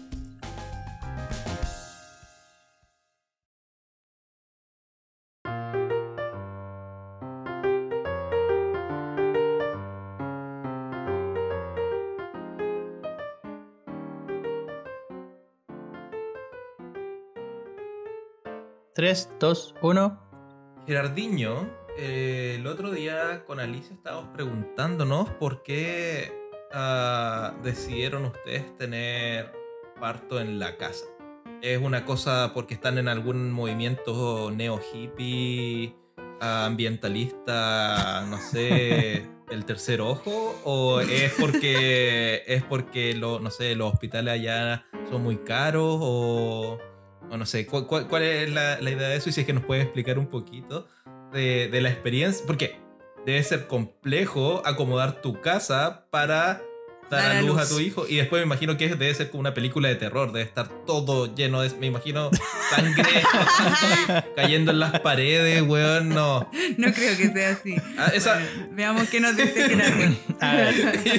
tres, dos, uno. Gerardinho, eh, el otro día con Alicia estábamos preguntándonos por qué uh, decidieron ustedes tener parto en la casa. ¿Es una cosa porque están en algún movimiento neo-hippie, uh, ambientalista, no sé, el tercer ojo? ¿O es porque, es porque lo, no sé, los hospitales allá son muy caros? ¿O, o no sé, ¿cuál, cuál, cuál es la, la idea de eso? Y si es que nos puedes explicar un poquito de, de la experiencia. Porque debe ser complejo acomodar tu casa para dar a luz, luz a tu hijo. Y después me imagino que debe ser como una película de terror. Debe estar todo lleno de... Me imagino sangre, sangre cayendo en las paredes, weón. No. No creo que sea así. Ah, esa... Bueno, veamos qué nos dice Gerardo. A ver.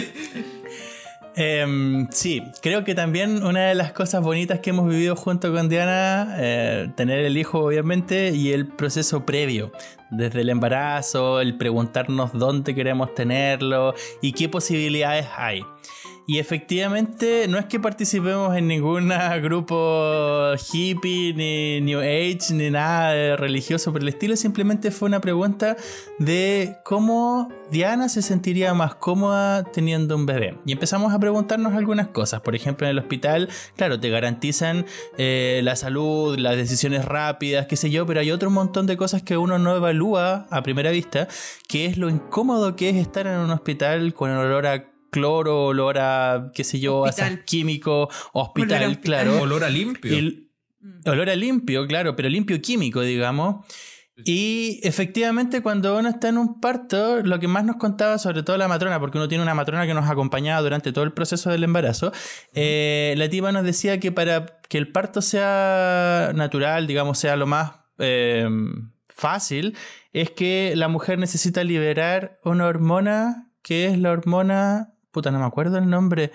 Eh, sí, creo que también una de las cosas bonitas que hemos vivido junto con Diana, eh, tener el hijo obviamente y el proceso previo, desde el embarazo, el preguntarnos dónde queremos tenerlo y qué posibilidades hay. Y efectivamente no es que participemos en ningún grupo hippie, ni New Age, ni nada religioso por el estilo. Simplemente fue una pregunta de cómo Diana se sentiría más cómoda teniendo un bebé. Y empezamos a preguntarnos algunas cosas. Por ejemplo, en el hospital, claro, te garantizan eh, la salud, las decisiones rápidas, qué sé yo, pero hay otro montón de cosas que uno no evalúa a primera vista, que es lo incómodo que es estar en un hospital con el olor a cloro, olor a, qué sé yo, hospital. a químico, hospital, olor a claro. Olor a limpio. El, olor a limpio, claro, pero limpio químico, digamos. Y efectivamente cuando uno está en un parto, lo que más nos contaba, sobre todo la matrona, porque uno tiene una matrona que nos acompañaba durante todo el proceso del embarazo, eh, la tipa nos decía que para que el parto sea natural, digamos, sea lo más eh, fácil, es que la mujer necesita liberar una hormona que es la hormona... Puta, no me acuerdo el nombre.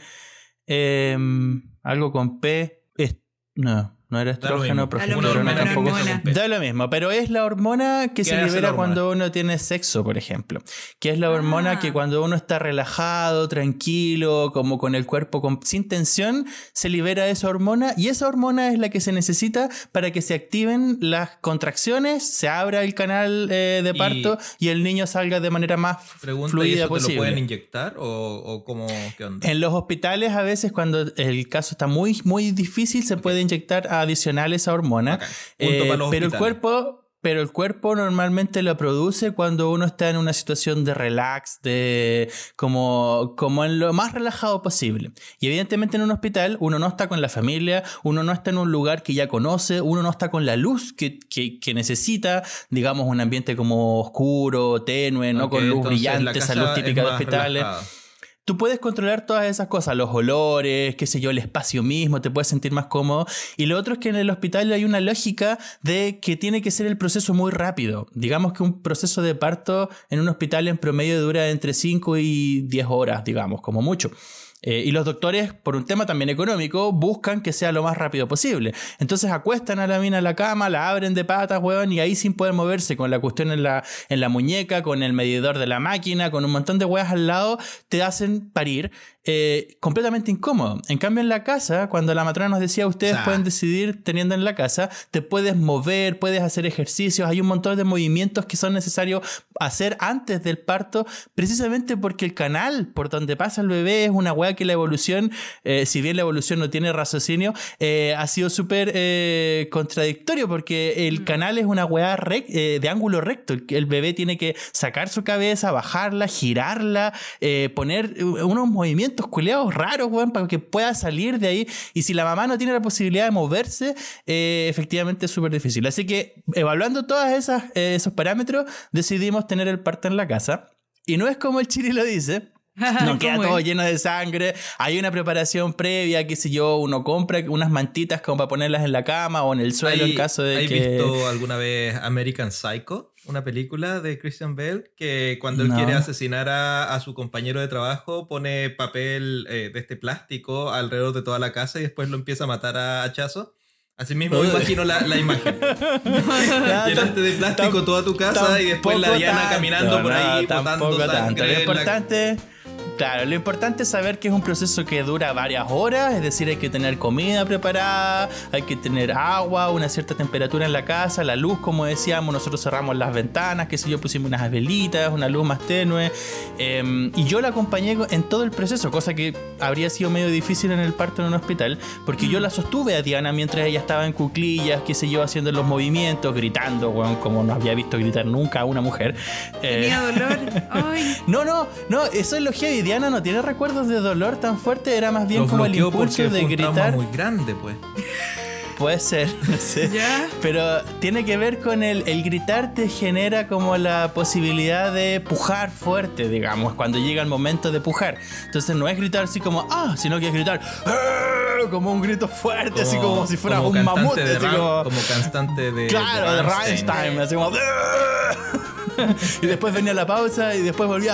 Eh, algo con P. Es, no, no era estrógeno, progesterona tampoco. Da lo mismo, pero es la hormona que se libera cuando uno tiene sexo, por ejemplo. Que es la hormona ah. que cuando uno está relajado, tranquilo, como con el cuerpo con, sin tensión, se libera esa hormona. Y esa hormona es la que se necesita para que se activen las contracciones, se abra el canal eh, de parto y, y el niño salga de manera más pregunta, fluida ¿y eso posible. ¿Te lo pueden inyectar o, o cómo, qué onda? En los hospitales a veces cuando el caso está muy, muy difícil se okay. puede inyectar a adicional esa hormona, okay. eh, pero el cuerpo pero el cuerpo normalmente lo produce cuando uno está en una situación de relax, de como, como en lo más relajado posible. Y evidentemente en un hospital uno no está con la familia, uno no está en un lugar que ya conoce, uno no está con la luz que, que, que necesita, digamos un ambiente como oscuro, tenue, okay, no con luz brillante, esa luz típica de hospitales. Relajada. Tú puedes controlar todas esas cosas, los olores, qué sé yo, el espacio mismo, te puedes sentir más cómodo. Y lo otro es que en el hospital hay una lógica de que tiene que ser el proceso muy rápido. Digamos que un proceso de parto en un hospital en promedio dura entre cinco y diez horas, digamos, como mucho. Eh, y los doctores, por un tema también económico, buscan que sea lo más rápido posible. Entonces acuestan a la mina en la cama, la abren de patas, huevón, y ahí sin poder moverse, con la cuestión en la, en la muñeca, con el medidor de la máquina, con un montón de huevas al lado, te hacen parir. Eh, completamente incómodo. En cambio en la casa, cuando la matrona nos decía ustedes o sea, pueden decidir teniendo en la casa, te puedes mover, puedes hacer ejercicios, hay un montón de movimientos que son necesarios hacer antes del parto, precisamente porque el canal por donde pasa el bebé es una hueá que la evolución, eh, si bien la evolución no tiene raciocinio, eh, ha sido súper eh, contradictorio, porque el canal es una hueá rec- eh, de ángulo recto. El, el bebé tiene que sacar su cabeza, bajarla, girarla, eh, poner unos movimientos culeados raros, weón, para que pueda salir de ahí. Y si la mamá no tiene la posibilidad de moverse, eh, efectivamente es súper difícil. Así que, evaluando todos esas, eh, esos parámetros, decidimos tener el parto en la casa. Y no es como el Chiri lo dice. No queda todo es? lleno de sangre. Hay una preparación previa, qué sé yo, uno compra unas mantitas como para ponerlas en la cama o en el suelo en caso de ¿hay que... ¿Has visto alguna vez American Psycho? Una película de Christian Bale que cuando él no. quiere asesinar a, a su compañero de trabajo pone papel eh, de este plástico alrededor de toda la casa y después lo empieza a matar a hachazos. Así mismo me imagino la, la imagen. Llenaste de plástico toda tu casa y después la Diana tanto, caminando no, por ahí botando sangre. Lo importante... Claro, lo importante es saber que es un proceso que dura varias horas, es decir, hay que tener comida preparada, hay que tener agua, una cierta temperatura en la casa, la luz, como decíamos, nosotros cerramos las ventanas, qué sé yo, pusimos unas velitas, una luz más tenue, eh, y yo la acompañé en todo el proceso, cosa que habría sido medio difícil en el parto en un hospital, porque yo la sostuve a Diana mientras ella estaba en cuclillas, qué sé yo, haciendo los movimientos, gritando, bueno, como no había visto gritar nunca a una mujer. ¿Tenía eh, dolor? Ay. No, no, no, eso es lo que Diana no tiene recuerdos de dolor tan fuerte, era más bien Lo como el impulso de gritar. Muy grande, pues. Puede ser, no sé. ¿Ya? Pero tiene que ver con el, el gritar te genera como la posibilidad de pujar fuerte, digamos, cuando llega el momento de pujar. Entonces no es gritar así como ah, sino que es gritar ¡ah! Como un grito fuerte, como, así como si fuera como un mamut, de así ra- como, como cantante de claro, de Rammstein, así como y después venía la pausa y después volvía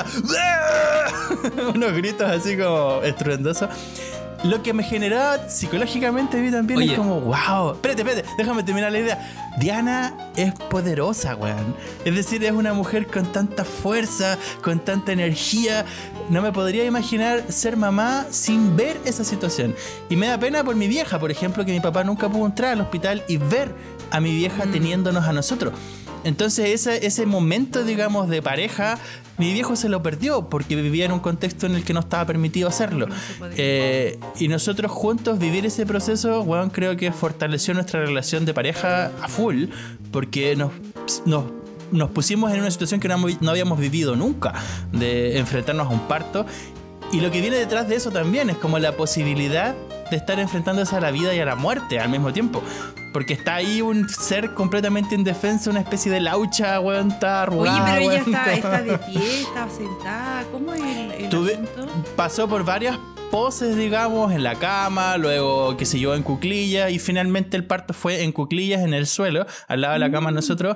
unos gritos así como estruendosos. Lo que me generaba psicológicamente a mí también Oye. es como, wow. Espérate, espérate, déjame terminar la idea. Diana es poderosa, weón. Es decir, es una mujer con tanta fuerza, con tanta energía. No me podría imaginar ser mamá sin ver esa situación. Y me da pena por mi vieja, por ejemplo, que mi papá nunca pudo entrar al hospital y ver a mi vieja mm. teniéndonos a nosotros. Entonces ese, ese momento, digamos, de pareja, mi viejo se lo perdió porque vivía en un contexto en el que no estaba permitido hacerlo. Eh, y nosotros juntos vivir ese proceso, bueno, creo que fortaleció nuestra relación de pareja a full, porque nos, nos, nos pusimos en una situación que no, no habíamos vivido nunca, de enfrentarnos a un parto. Y lo que viene detrás de eso también es como la posibilidad de estar enfrentándose a la vida y a la muerte al mismo tiempo. Porque está ahí un ser completamente indefenso, una especie de laucha, weón, está arrugada. Oye, pero ella weón, está, está de pie, está sentada. ¿Cómo es el, el Tuve, asunto? Pasó por varias poses, digamos, en la cama, luego, qué sé yo, en cuclillas, y finalmente el parto fue en cuclillas en el suelo, al lado de la cama. mm. Nosotros.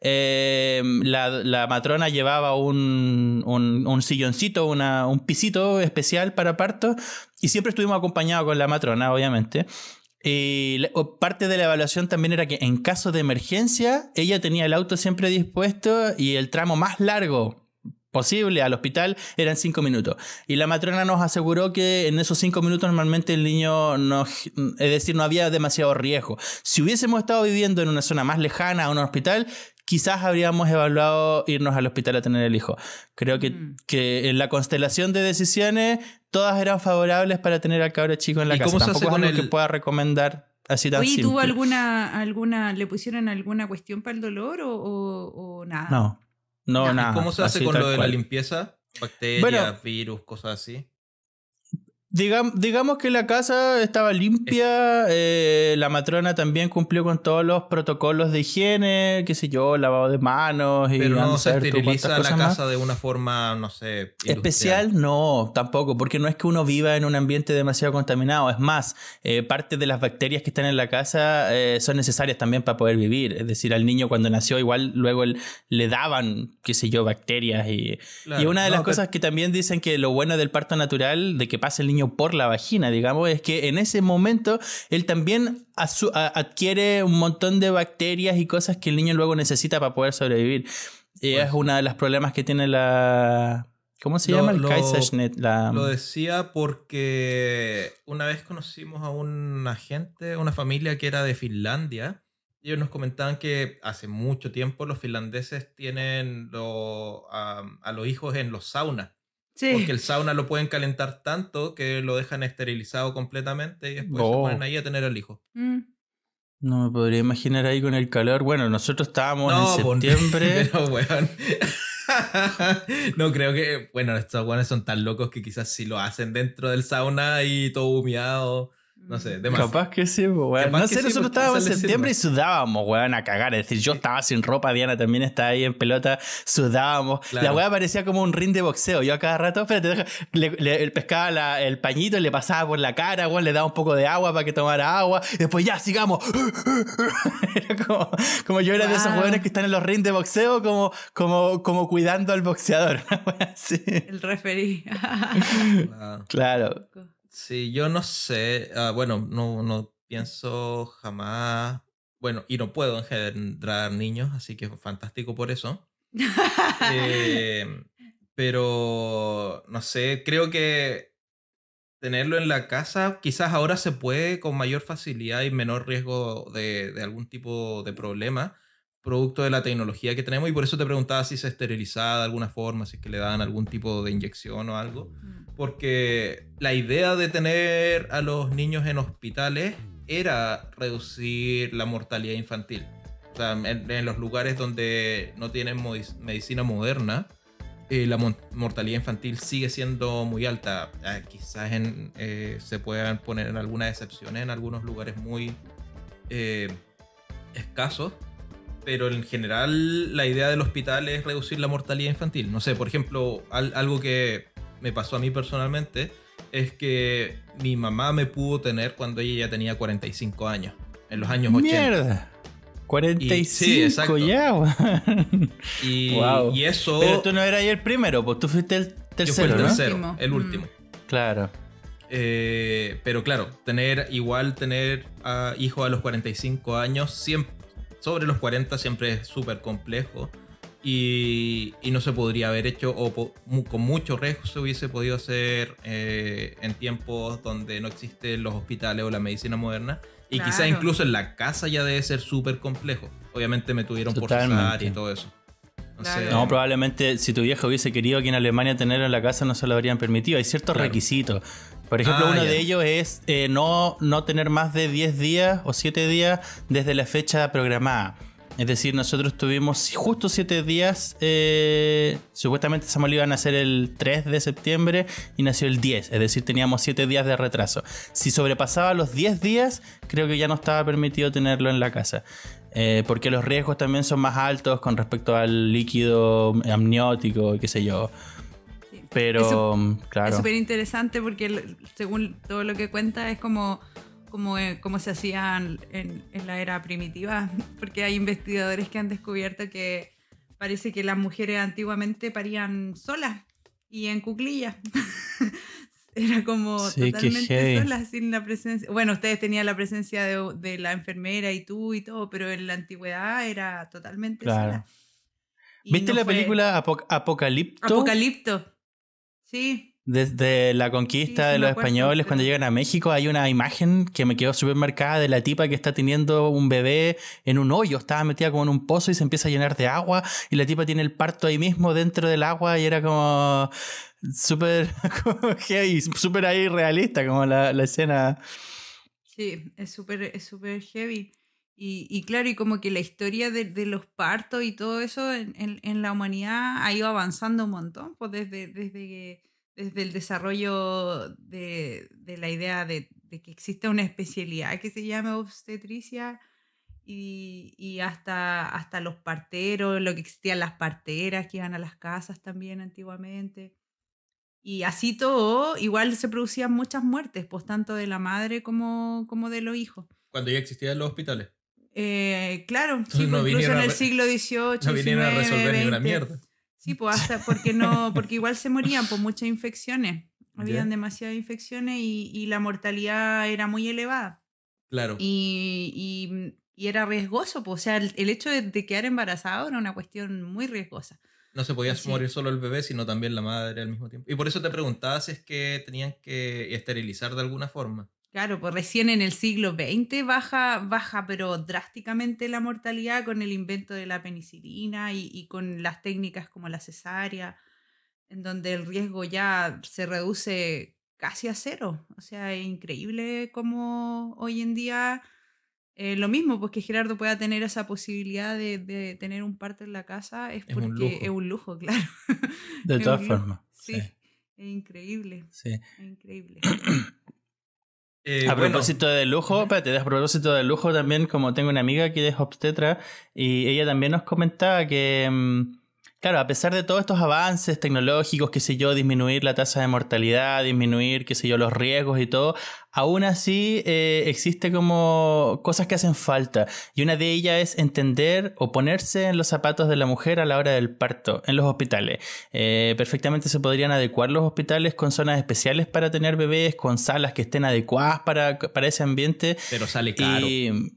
Eh, la, la matrona llevaba un, un, un silloncito, una, un pisito especial para parto, y siempre estuvimos acompañados con la matrona, obviamente. Y parte de la evaluación también era que en caso de emergencia ella tenía el auto siempre dispuesto y el tramo más largo posible al hospital eran cinco minutos. Y la matrona nos aseguró que en esos cinco minutos normalmente el niño no, es decir, no había demasiado riesgo. Si hubiésemos estado viviendo en una zona más lejana a un hospital, quizás habríamos evaluado irnos al hospital a tener el hijo. Creo que, mm. que en la constelación de decisiones todas eran favorables para tener al cabro chico en la ¿Y casa. cómo se Tampoco hace es con algo el... que pueda recomendar así tan Oye, simple. ¿tuvo alguna, alguna, le pusieron alguna cuestión para el dolor o, o, o nada? No, no, no. nada. ¿Y cómo se hace así, con lo de cual. la limpieza? Bacterias, bueno, virus, cosas así. Digam, digamos que la casa estaba limpia, eh, la matrona también cumplió con todos los protocolos de higiene, qué sé yo, lavado de manos. Y pero no se esteriliza la casa más. de una forma, no sé, industrial. Especial, no, tampoco, porque no es que uno viva en un ambiente demasiado contaminado. Es más, eh, parte de las bacterias que están en la casa eh, son necesarias también para poder vivir. Es decir, al niño cuando nació igual luego el, le daban, qué sé yo, bacterias. Y, claro, y una de las no, cosas pero... que también dicen que lo bueno del parto natural, de que pase el niño por la vagina, digamos, es que en ese momento él también asu- a- adquiere un montón de bacterias y cosas que el niño luego necesita para poder sobrevivir. Y pues, es uno de los problemas que tiene la... ¿Cómo se lo, llama? El lo, Kaiserschnitt. La... Lo decía porque una vez conocimos a un agente, una familia que era de Finlandia. Y ellos nos comentaban que hace mucho tiempo los finlandeses tienen lo, a, a los hijos en los saunas. Sí. Porque el sauna lo pueden calentar tanto que lo dejan esterilizado completamente y después oh. se ponen ahí a tener al hijo. Mm. No me podría imaginar ahí con el calor. Bueno, nosotros estábamos no, en septiembre. Pero, weón. No creo que... Bueno, estos weones son tan locos que quizás si lo hacen dentro del sauna y todo humeado... No sé, de más. Capaz que sí, weón. No sé, sí, nosotros estábamos en septiembre y sudábamos, weón, a cagar. Es decir, yo estaba sin ropa, Diana también está ahí en pelota, sudábamos. Claro. La weá parecía como un ring de boxeo. Yo a cada rato, espérate, deja, le, le, le pescaba la, el pañito, le pasaba por la cara, weón, le daba un poco de agua para que tomara agua. Y después ya, sigamos. Era como, como yo era wow. de esos weones que están en los rings de boxeo, como, como, como cuidando al boxeador. Sí. El referí. Wow. Claro. Sí, yo no sé, uh, bueno, no, no pienso jamás, bueno, y no puedo engendrar niños, así que es fantástico por eso. eh, pero no sé, creo que tenerlo en la casa quizás ahora se puede con mayor facilidad y menor riesgo de, de algún tipo de problema, producto de la tecnología que tenemos, y por eso te preguntaba si se esterilizaba de alguna forma, si es que le daban algún tipo de inyección o algo, porque la idea de tener a los niños en hospitales era reducir la mortalidad infantil. O sea, en, en los lugares donde no tienen medicina moderna, eh, la mo mortalidad infantil sigue siendo muy alta. Eh, quizás en, eh, se puedan poner algunas excepciones en algunos lugares muy eh, escasos, pero en general la idea del hospital es reducir la mortalidad infantil. No sé, por ejemplo, al, algo que me pasó a mí personalmente es que mi mamá me pudo tener cuando ella ya tenía cuarenta y cinco años, en los años ochenta. ¡Mierda! cuarenta y cinco sí, ya, y, wow. y eso... Pero tú no eras el primero, pues tú fuiste el tercero, Yo fui el ¿no? tercero, el último. Mm. Claro. Eh, pero claro, tener igual tener a hijos a los cuarenta y cinco años, siempre, sobre los cuarenta siempre es súper complejo. Y, y no se podría haber hecho, o po, mu, con mucho riesgo se hubiese podido hacer eh, en tiempos donde no existen los hospitales o la medicina moderna. Y claro, quizás incluso en la casa ya debe ser súper complejo. Obviamente me tuvieron Totalmente. por cesar y todo eso. No, Claro. sé. No, probablemente si tu viejo hubiese querido aquí en Alemania tenerlo en la casa no se lo habrían permitido. Hay ciertos Claro. requisitos. Por ejemplo, Ah, uno ya. de ellos es eh, no, no tener más de diez días o siete días desde la fecha programada. Es decir, nosotros tuvimos justo siete días, eh, supuestamente Samuel iba a nacer el tres de septiembre y nació el diez, es decir, teníamos siete días de retraso. Si sobrepasaba los diez días, creo que ya no estaba permitido tenerlo en la casa, eh, porque los riesgos también son más altos con respecto al líquido amniótico, qué sé yo. Sí. Pero, Eso, claro. Es súper interesante porque según todo lo que cuenta es como... Como, como se hacían en, en la era primitiva, porque hay investigadores que han descubierto que parece que las mujeres antiguamente parían solas y en cuclillas. Era como Sí, totalmente solas, sin la presencia. Bueno, ustedes tenían la presencia de, de la enfermera y tú y todo, pero en la antigüedad era totalmente Claro. sola. Y ¿Viste no la fue... película Apo Apocalipto? Apocalipto, sí. Desde la conquista Sí, sí de me los acuerdo, españoles, pero- cuando llegan a México, hay una imagen que me quedó súper marcada de la tipa que está teniendo un bebé en un hoyo. Estaba metida como en un pozo y se empieza a llenar de agua. Y la tipa tiene el parto ahí mismo dentro del agua. Y era como súper como heavy, súper ahí realista, como la, la escena. Sí, es súper es súper heavy. Y, y claro, y como que la historia de, de los partos y todo eso en, en, en la humanidad ha ido avanzando un montón, pues desde, desde, que- desde el desarrollo de, de la idea de, de que existe una especialidad que se llama obstetricia y, y hasta, hasta los parteros, lo que existían las parteras que iban a las casas también antiguamente. Y así todo, igual se producían muchas muertes, pues tanto de la madre como, como de los hijos. Cuando ya existían los hospitales. Eh, claro, sí, Entonces no pues incluso vinieron en a el re- siglo dieciocho, No vinieron a diecinueve, resolver ni una veinte. mierda. Sí, pues hasta porque no, porque igual se morían por muchas infecciones. Habían Ya. demasiadas infecciones y, y la mortalidad era muy elevada. Claro. Y, y, y era riesgoso, pues, o sea, el, el hecho de, de quedar embarazado era una cuestión muy riesgosa. No se podía Sí. morir solo el bebé, sino también la madre al mismo tiempo. Y por eso te preguntaba si es que tenían que esterilizar de alguna forma. Claro, pues recién en el siglo veinte baja, baja pero drásticamente la mortalidad con el invento de la penicilina y, y con las técnicas como la cesárea, en donde el riesgo ya se reduce casi a cero. O sea, es increíble cómo hoy en día eh, lo mismo, pues que Gerardo pueda tener esa posibilidad de, de tener un parto en la casa es Es un porque lujo. es un lujo, claro. De Es todas un lujo. formas. Sí, Sí. es increíble, sí. es increíble. Eh, A bueno, propósito de lujo, espérate, a propósito de lujo también, como tengo una amiga que es obstetra y ella también nos comentaba que, mm, claro, a pesar de todos estos avances tecnológicos, qué sé yo, disminuir la tasa de mortalidad, disminuir, qué sé yo, los riesgos y todo, aún así eh, existe como cosas que hacen falta. Y una de ellas es entender o ponerse en los zapatos de la mujer a la hora del parto en los hospitales. Eh, perfectamente se podrían adecuar los hospitales con zonas especiales para tener bebés, con salas que estén adecuadas para, para ese ambiente. pero sale caro. Y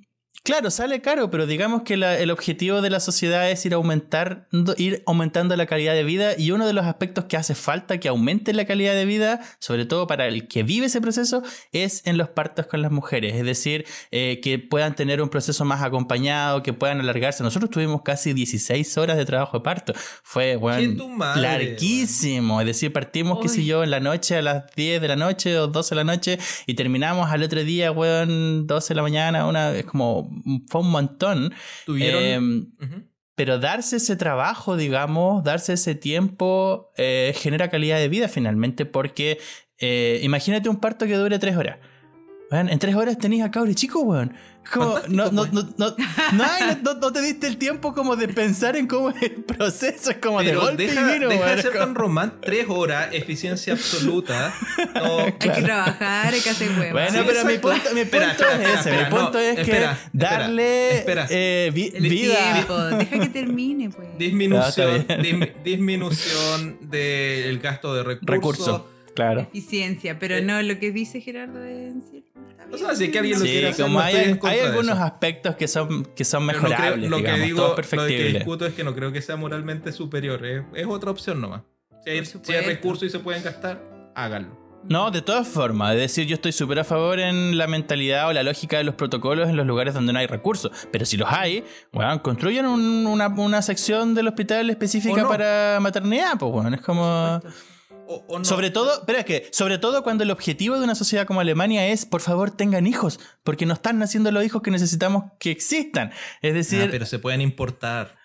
Claro, sale caro, pero digamos que la, el objetivo de la sociedad es ir, aumentar, ir aumentando la calidad de vida, y uno de los aspectos que hace falta que aumente la calidad de vida, sobre todo para el que vive ese proceso, es en los partos con las mujeres. Es decir, eh, que puedan tener un proceso más acompañado, que puedan alargarse. Nosotros tuvimos casi dieciséis horas de trabajo de parto. Fue, bueno, madre, larguísimo. Man. Es decir, partimos, Uy. qué sé yo, en la noche a las diez de la noche o doce de la noche y terminamos al otro día, weón, doce de la mañana, una, es como... Fue un montón. ¿Tuvieron? Eh, uh-huh. Pero darse ese trabajo, digamos, darse ese tiempo, eh, genera calidad de vida finalmente, porque eh, imagínate un parto que dure tres horas. Bueno, en tres horas tenías a cabros chicos, weón. Como, no, no, no, no, no, no, no te diste el tiempo como de pensar en cómo es el proceso, es como pero de golpe deja, y vino, deja weón. de ser tan romántico. Tres horas, eficiencia absoluta. No, hay claro. que trabajar, hay que hacer huevos. Bueno, sí, pero mi punto, mi punto espera, espera, es ese. Espera, mi punto no, es espera, que darle espera, eh, vi, el vida. Tiempo. Deja que termine, pues. Disminución, no, dim, disminución del gasto de recursos. Recurso. Claro. Eficiencia, pero eh, no lo que dice Gerardo es decir. O sea, si es que alguien lo sí, quiere hacer, como no hay, hay algunos aspectos que son, que son mejorables, no creo, lo digamos, que digo, todo perfectible. Lo que discuto es que no creo que sea moralmente superior, es, es otra opción nomás. Si hay, si hay recursos y se pueden gastar, háganlo. No, de todas formas, es decir, yo estoy súper a favor en la mentalidad o la lógica de los protocolos en los lugares donde no hay recursos, pero si los hay, bueno, construyan un, una, una sección del hospital específica no. para maternidad, pues bueno, es como... O, o no. Sobre todo, pero es que, sobre todo cuando el objetivo de una sociedad como Alemania es, por favor, tengan hijos, porque no están naciendo los hijos que necesitamos que existan. Es decir... Ah, pero se pueden importar.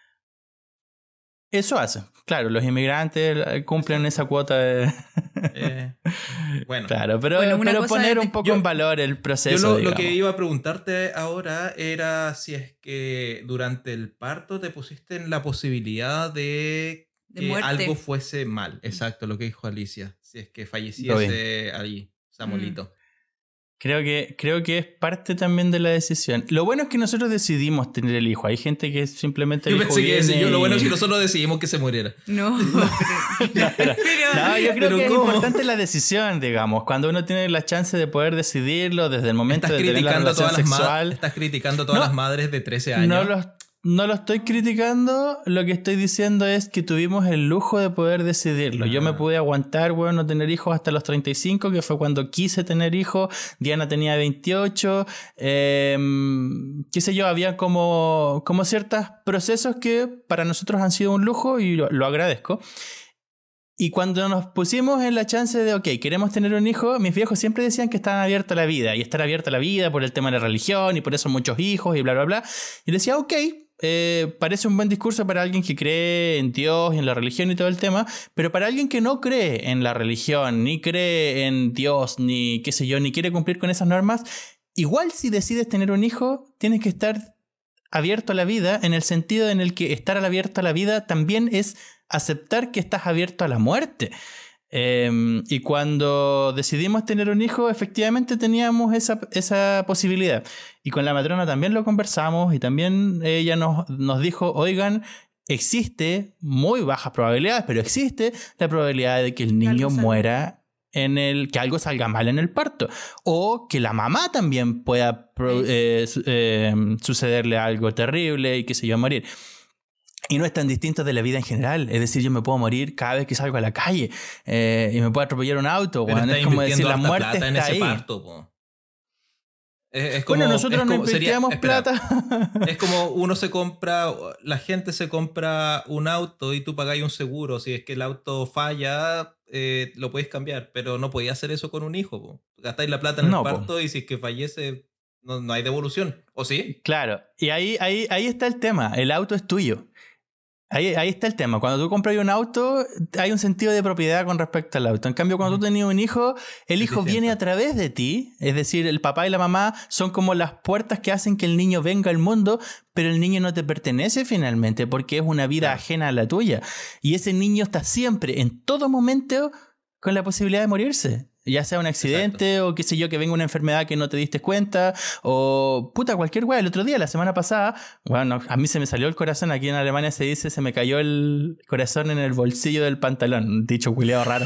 Eso hace. Claro, los inmigrantes cumplen esa cuota de... eh, bueno. Claro, pero, bueno, pero poner de... un poco yo, en valor el proceso, Yo lo, digamos. lo que iba a preguntarte ahora era si es que durante el parto te pusiste en la posibilidad de... De que muerte. Algo fuese mal, exacto, lo que dijo Alicia. Si es que falleciese allí, Samuelito. Mm. Creo que, creo que es parte también de la decisión. Lo bueno es que nosotros decidimos tener el hijo. Hay gente que simplemente... Yo el pensé hijo que ese, y... yo, lo bueno es que nosotros decidimos que se muriera. No. no, pero, no, yo creo que ¿cómo? es importante la decisión, digamos. Cuando uno tiene la chance de poder decidirlo desde el momento estás de tener la relación todas sexual. Las estás criticando a todas no, las madres de trece años. No los... No lo estoy criticando, lo que estoy diciendo es que tuvimos el lujo de poder decidirlo. Ah. Yo me pude aguantar, bueno, no tener hijos hasta los treinta y cinco, que fue cuando quise tener hijos. Diana tenía veintiocho. Eh, qué sé yo, había como, como ciertos procesos que para nosotros han sido un lujo y lo, lo agradezco. Y cuando nos pusimos en la chance de, ok, queremos tener un hijo, mis viejos siempre decían que estaban abiertos a la vida. Y estar abierto a la vida por el tema de la religión y por eso muchos hijos y bla, bla, bla. Y decía, ok, eh, parece un buen discurso para alguien que cree en Dios y en la religión y todo el tema. Pero para alguien que no cree en la religión, ni cree en Dios, ni qué sé yo, ni quiere cumplir con esas normas, igual si decides tener un hijo, tienes que estar abierto a la vida en el sentido en el que estar abierto a la vida también es aceptar que estás abierto a la muerte. Eh, y cuando decidimos tener un hijo, efectivamente teníamos esa, esa posibilidad. Y con la matrona también lo conversamos y también ella nos, nos dijo, oigan, existe muy bajas probabilidades, pero existe la probabilidad de que el niño muera en el, que algo salga mal en el parto, o que la mamá también pueda eh, eh, sucederle algo terrible y que se yo morir. Y no es tan distinto de la vida en general. Es decir, yo me puedo morir cada vez que salgo a la calle eh, y me puede atropellar un auto. Pero bueno, es como decir, la muerte plata está en ese ahí. Parto, po. Es, es como, bueno, nosotros es no como, invertíamos sería, plata. Espera, es como uno se compra, la gente se compra un auto y tú pagáis un seguro. Si es que el auto falla, eh, lo podéis cambiar. Pero no podías hacer eso con un hijo, po. Gastáis la plata en no, el parto po. Y si es que fallece, no, no hay devolución. ¿O sí? Claro. Y ahí, ahí, ahí está el tema. El auto es tuyo. Ahí, ahí está el tema. Cuando tú compras un auto, hay un sentido de propiedad con respecto al auto. En cambio, cuando tú tenías un hijo, el hijo viene a través de ti. Es decir, el papá y la mamá son como las puertas que hacen que el niño venga al mundo, pero el niño no te pertenece finalmente porque es una vida ajena a la tuya. Y ese niño está siempre, en todo momento, con la posibilidad de morirse. Ya sea un accidente Exacto. o qué sé yo, que venga una enfermedad que no te diste cuenta o puta, cualquier weá. El otro día, la semana pasada, bueno, a mí se me salió el corazón. Aquí en Alemania se dice, se me cayó el corazón en el bolsillo del pantalón. Dicho culiado raro.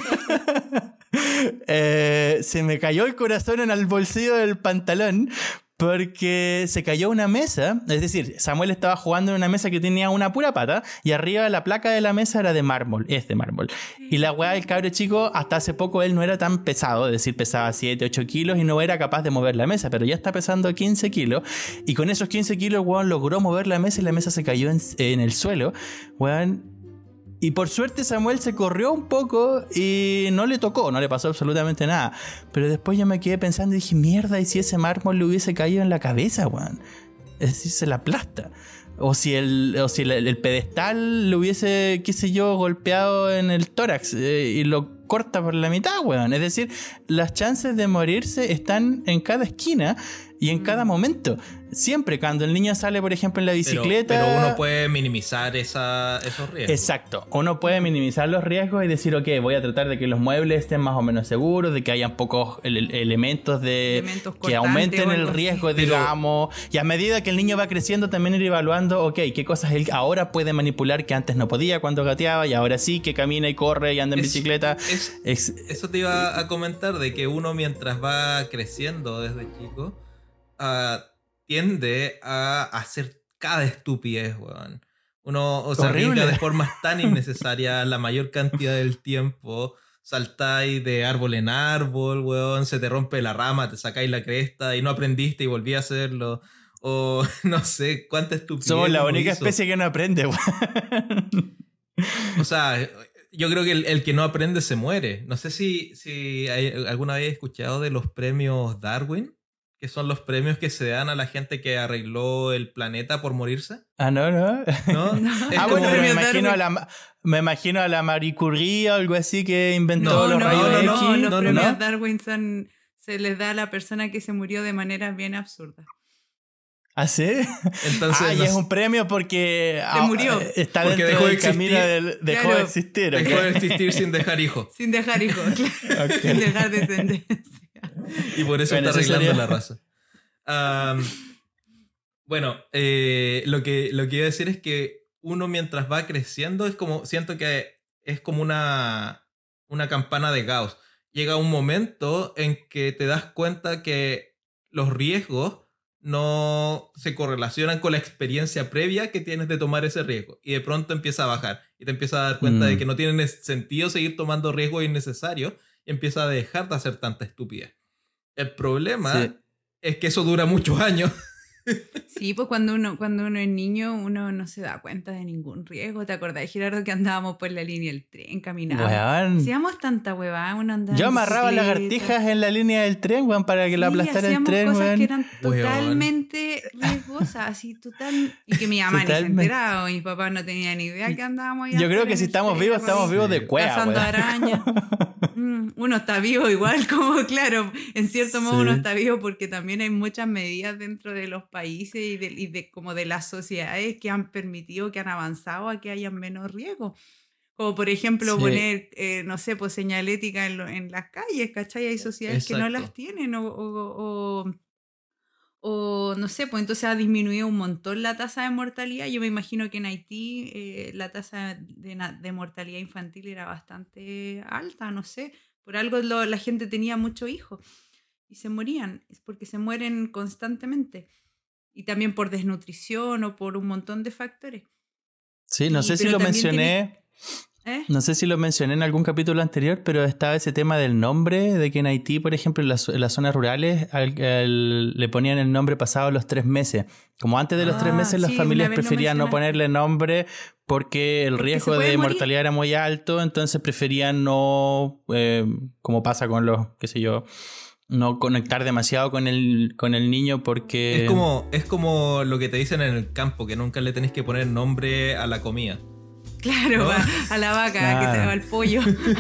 eh, se me cayó el corazón en el bolsillo del pantalón porque se cayó una mesa. Es decir, Samuel estaba jugando en una mesa que tenía una pura pata y arriba la placa de la mesa era de mármol, es de mármol. Y la weá del cabro chico, hasta hace poco él no era tan pesado, es decir, pesaba siete, ocho kilos y no era capaz de mover la mesa, pero ya está pesando quince kilos y con esos quince kilos, weón, logró mover la mesa y la mesa se cayó en, en el suelo, weón. Y por suerte Samuel se corrió un poco y no le tocó, no le pasó absolutamente nada. Pero después yo me quedé pensando y dije, mierda, ¿y si ese mármol le hubiese caído en la cabeza, weón? Es decir, se la aplasta. O si el, o si el, el pedestal le hubiese, qué sé yo, golpeado en el tórax eh, y lo corta por la mitad, weón. Es decir, las chances de morirse están en cada esquina y en cada momento. Siempre cuando el niño sale, por ejemplo, en la bicicleta... Pero, pero uno puede minimizar esa, esos riesgos. Exacto. Uno puede minimizar los riesgos y decir, ok, voy a tratar de que los muebles estén más o menos seguros, de que hayan pocos ele- elementos de elementos que aumenten el riesgo, así. digamos. Pero... Y a medida que el niño va creciendo, también ir evaluando, ok, qué cosas él ahora puede manipular que antes no podía cuando gateaba y ahora sí, que camina y corre y anda en es, bicicleta. Es, es, eso te iba a comentar, de que uno mientras va creciendo desde chico... Uh, tiende a hacer cada estupidez, weón. Uno o sea, arriesga de formas tan innecesarias la mayor cantidad del tiempo. Saltáis de árbol en árbol, weón. Se te rompe la rama, te sacáis la cresta y no aprendiste y volví a hacerlo. O no sé, cuánta estupidez. Somos la única hizo. especie que no aprende, weón. O sea, yo creo que el, el que no aprende se muere. No sé si, si hay, alguna vez he escuchado de los premios Darwin, que son los premios que se dan a la gente que arregló el planeta por morirse. Ah, no, no. ¿No? no. Ah, bueno, me imagino, a la, me imagino a la Marie Curie o algo así que inventó no, los no, rayos no, X. No, no, los no, premios no. Darwin son, se les da a la persona que se murió de maneras bien absurdas. ¿Ah, sí? Entonces, ah, y no es un premio porque... Se murió. Está porque dentro dejó del de camino del, dejó claro. de existir. Dejó okay. de existir sin dejar hijos. Sin dejar hijos, claro. Okay. Sin dejar descendencia. Y por eso bueno, está eso arreglando sería... la raza. Um, bueno, eh, lo, que, lo que iba a decir es que uno mientras va creciendo es como, siento que es como una, una campana de Gauss. Llega un momento en que te das cuenta que los riesgos no se correlacionan con la experiencia previa que tienes de tomar ese riesgo. Y de pronto empieza a bajar. Y te empiezas a dar cuenta mm. de que no tiene sentido seguir tomando riesgos innecesarios. Y empieza a dejar de hacer tanta estupidez. El problema... Sí. Es que eso dura muchos años. Sí, pues cuando uno, cuando uno es niño, uno no se da cuenta de ningún riesgo. ¿Te acordás, Gerardo, que andábamos por la línea del tren, caminábamos? Hacíamos tanta huevada, uno andaba. Yo amarraba lagartijas en la línea del tren, weón, para que sí, la aplastara el tren, cosas weón. que eran totalmente riesgosas, así total. Y que mi mamá ni se enteraba, mis papás no tenían ni idea que andábamos ahí. Yo creo que si estamos vivos, estamos vivos de cueva, cazando arañas. Uno está vivo igual, como claro, en cierto modo sí. uno está vivo porque también hay muchas medidas dentro de los países y de, y de como de las sociedades que han permitido, que han avanzado a que haya menos riesgo. Como por ejemplo sí. poner, eh, no sé, pues señalética en, lo, en las calles, ¿cachai? Hay sociedades Exacto. que no las tienen o, o, o, o no sé, pues entonces ha disminuido un montón la tasa de mortalidad. Yo me imagino que en Haití eh, la tasa de, de mortalidad infantil era bastante alta, no sé. Por algo lo, la gente tenía muchos hijos y se morían, es porque se mueren constantemente. Y también por desnutrición o por un montón de factores. Sí, no y, sé si lo mencioné... Tiene... ¿Eh? No sé si lo mencioné en algún capítulo anterior, pero estaba ese tema del nombre, de que en Haití, por ejemplo, en las, en las zonas rurales al, al, le ponían el nombre pasado los tres meses. Como antes de los ah, tres meses, sí, las familias preferían no ponerle nombre porque el porque riesgo de morir. mortalidad era muy alto, entonces preferían no, eh, como pasa con los, qué sé yo, no conectar demasiado con el, con el niño porque... Es como, es como lo que te dicen en el campo, que nunca le tenés que poner nombre a la comida. Claro, ¿no? a, a la vaca claro. que te va el pollo.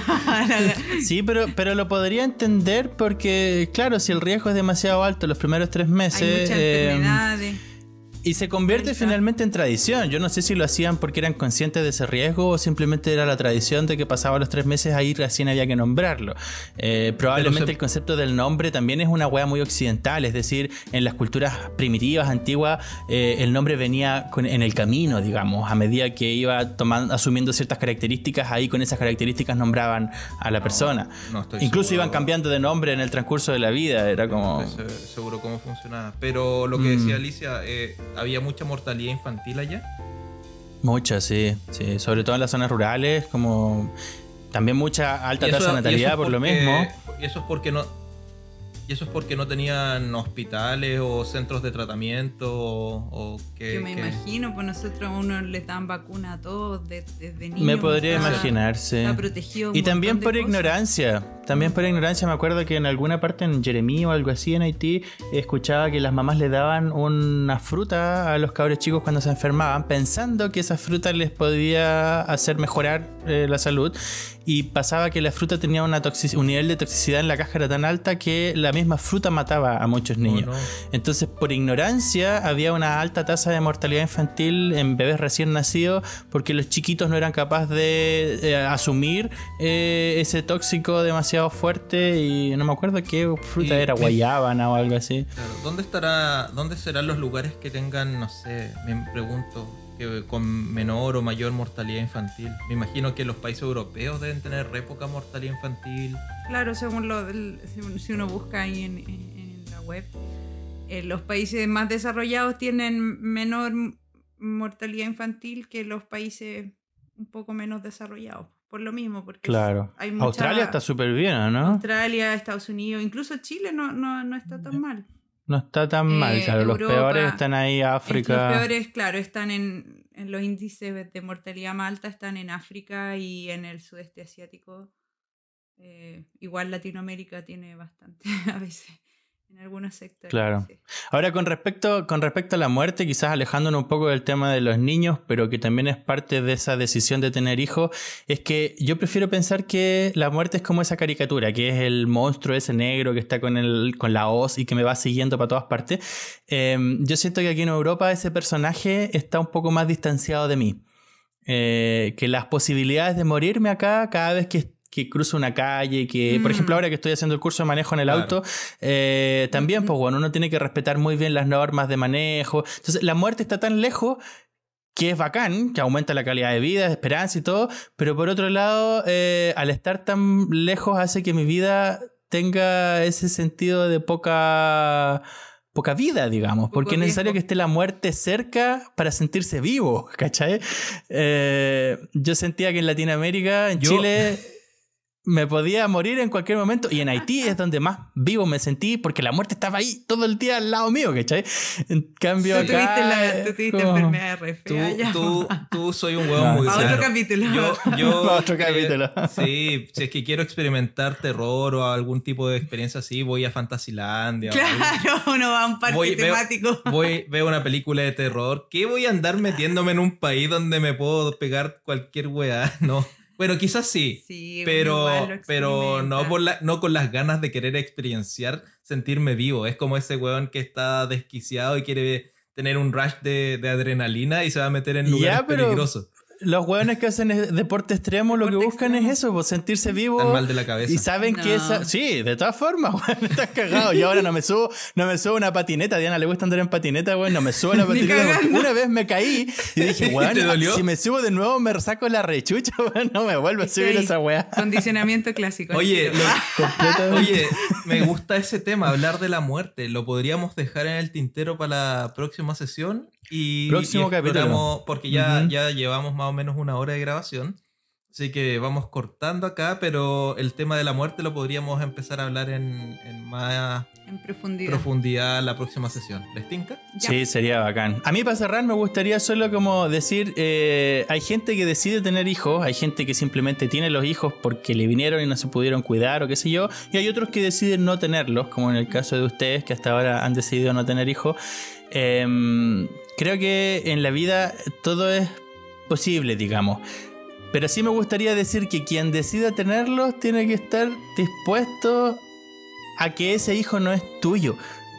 Sí, pero, pero lo podría entender porque, claro, si el riesgo es demasiado alto los primeros tres meses... Hay muchas eh, enfermedades. Y se convierte finalmente en tradición. Yo no sé si lo hacían porque eran conscientes de ese riesgo o simplemente era la tradición de que pasaba los tres meses ahí recién había que nombrarlo. Eh, probablemente se... el concepto del nombre también es una wea muy occidental, es decir, en las culturas primitivas, antiguas, eh, el nombre venía con, en el camino, digamos, a medida que iba tomando, asumiendo ciertas características, ahí con esas características nombraban a la no, persona. No estoy Incluso seguro. Iban cambiando de nombre en el transcurso de la vida, era como... No estoy seguro cómo funcionaba, pero lo que decía mm. Alicia... Eh, ¿había mucha mortalidad infantil allá? Mucha, sí, sí, sobre todo en las zonas rurales, como también mucha alta tasa de natalidad por porque, lo mismo. Y eso es porque no y eso es porque no tenían hospitales o centros de tratamiento o, o que, yo me que... imagino, pues nosotros a uno les dan vacuna a todos desde de niños. Me podría está, imaginarse. Está protegido y también por cosas. ignorancia. También por ignorancia me acuerdo que en alguna parte en Jeremí o algo así en Haití escuchaba que las mamás le daban una fruta a los cabros chicos cuando se enfermaban pensando que esa fruta les podía hacer mejorar eh, la salud, y pasaba que la fruta tenía una toxic- un nivel de toxicidad en la cáscara tan alta que la misma fruta mataba a muchos niños. Oh, no. Entonces por ignorancia había una alta tasa de mortalidad infantil en bebés recién nacidos porque los chiquitos no eran capaces de eh, asumir eh, ese tóxico demasiado fuerte, y no me acuerdo qué fruta y, era, guayábana o algo así. Claro. ¿Dónde estará, dónde serán los lugares que tengan, no sé, me pregunto, que con menor o mayor mortalidad infantil? Me imagino que los países europeos deben tener re poca mortalidad infantil. Claro, según lo del, si uno busca ahí en, en, en la web, eh, los países más desarrollados tienen menor mortalidad infantil que los países un poco menos desarrollados. Por lo mismo, porque claro. hay mucha... Australia está súper bien, ¿no? Australia, Estados Unidos, incluso Chile no, no, no está tan mal. No está tan eh, mal, claro. Europa, los peores están ahí, África. Los peores, claro, están en, en los índices de mortalidad más alta, están en África y en el sudeste asiático. Eh, igual Latinoamérica tiene bastante a veces en algunos sectores. Claro. Sí. Ahora, con respecto, con respecto a la muerte, quizás alejándonos un poco del tema de los niños, pero que también es parte de esa decisión de tener hijos, es que yo prefiero pensar que la muerte es como esa caricatura, que es el monstruo ese negro que está con, el, con la hoz y que me va siguiendo para todas partes. Eh, yo siento que aquí en Europa ese personaje está un poco más distanciado de mí. Eh, que las posibilidades de morirme acá cada vez que que cruzo una calle, que mm. por ejemplo ahora que estoy haciendo el curso de manejo en el claro. auto, eh, también mm-hmm. pues bueno, uno tiene que respetar muy bien las normas de manejo. Entonces la muerte está tan lejos que es bacán, que aumenta la calidad de vida, de esperanza y todo, pero por otro lado, eh, al estar tan lejos hace que mi vida tenga ese sentido de poca... poca vida, digamos, porque Poco es necesario viejo. que esté la muerte cerca para sentirse vivo, ¿cachai? Eh, yo sentía que en Latinoamérica, en yo... Chile... me podía morir en cualquier momento, y en Haití es donde más vivo me sentí porque la muerte estaba ahí todo el día al lado mío, ¿cachai? En cambio tú acá... Tuviste la, tú tuviste como... enfermedad re fea tú, ya. Tú, tú soy un huevón no, muy para claro. otro capítulo. Yo, yo, para otro capítulo. Eh, sí, si es que quiero experimentar terror o algún tipo de experiencia así, voy a Fantasilandia. Claro, voy, uno va a un parque voy, temático. Veo, voy, veo una película de terror. ¿Qué voy a andar metiéndome en un país donde me puedo pegar cualquier weá? No. Bueno, quizás sí, sí pero, pero no, por la, no con las ganas de querer experienciar sentirme vivo. Es como ese weón que está desquiciado y quiere tener un rush de, de adrenalina y se va a meter en lugares ya, pero... peligrosos. Los hueones que hacen deporte extremo lo deporte que buscan extremo. es eso, pues, sentirse vivo. Están mal de la cabeza. Y saben no. que esa... Sí, de todas formas, weón, estás cagado. Y ahora no me subo, no me subo una patineta. A Diana le gusta andar en patineta, weón, no me subo una patineta. Una vez me caí y dije, weón, si me subo de nuevo me saco la rechucha, weón, no me vuelvo a subir esa weá. Condicionamiento clásico. Oye, lo... Oye, me gusta ese tema, hablar de la muerte. Lo podríamos dejar en el tintero para la próxima sesión. Y, Próximo y capítulo. Porque ya, uh-huh. ya llevamos más o menos una hora de grabación. Así que vamos cortando acá, pero el tema de la muerte lo podríamos empezar a hablar en, en más en profundidad. profundidad la próxima sesión. ¿Les tinca? Ya. Sí, sería bacán. A mí para cerrar me gustaría solo como decir, eh, hay gente que decide tener hijos, hay gente que simplemente tiene los hijos porque le vinieron y no se pudieron cuidar o qué sé yo, y hay otros que deciden no tenerlos, como en el caso de ustedes que hasta ahora han decidido no tener hijos. Eh, creo que en la vida todo es posible, digamos. Pero sí me gustaría decir que quien decida tenerlos tiene que estar dispuesto a que ese hijo no es tuyo.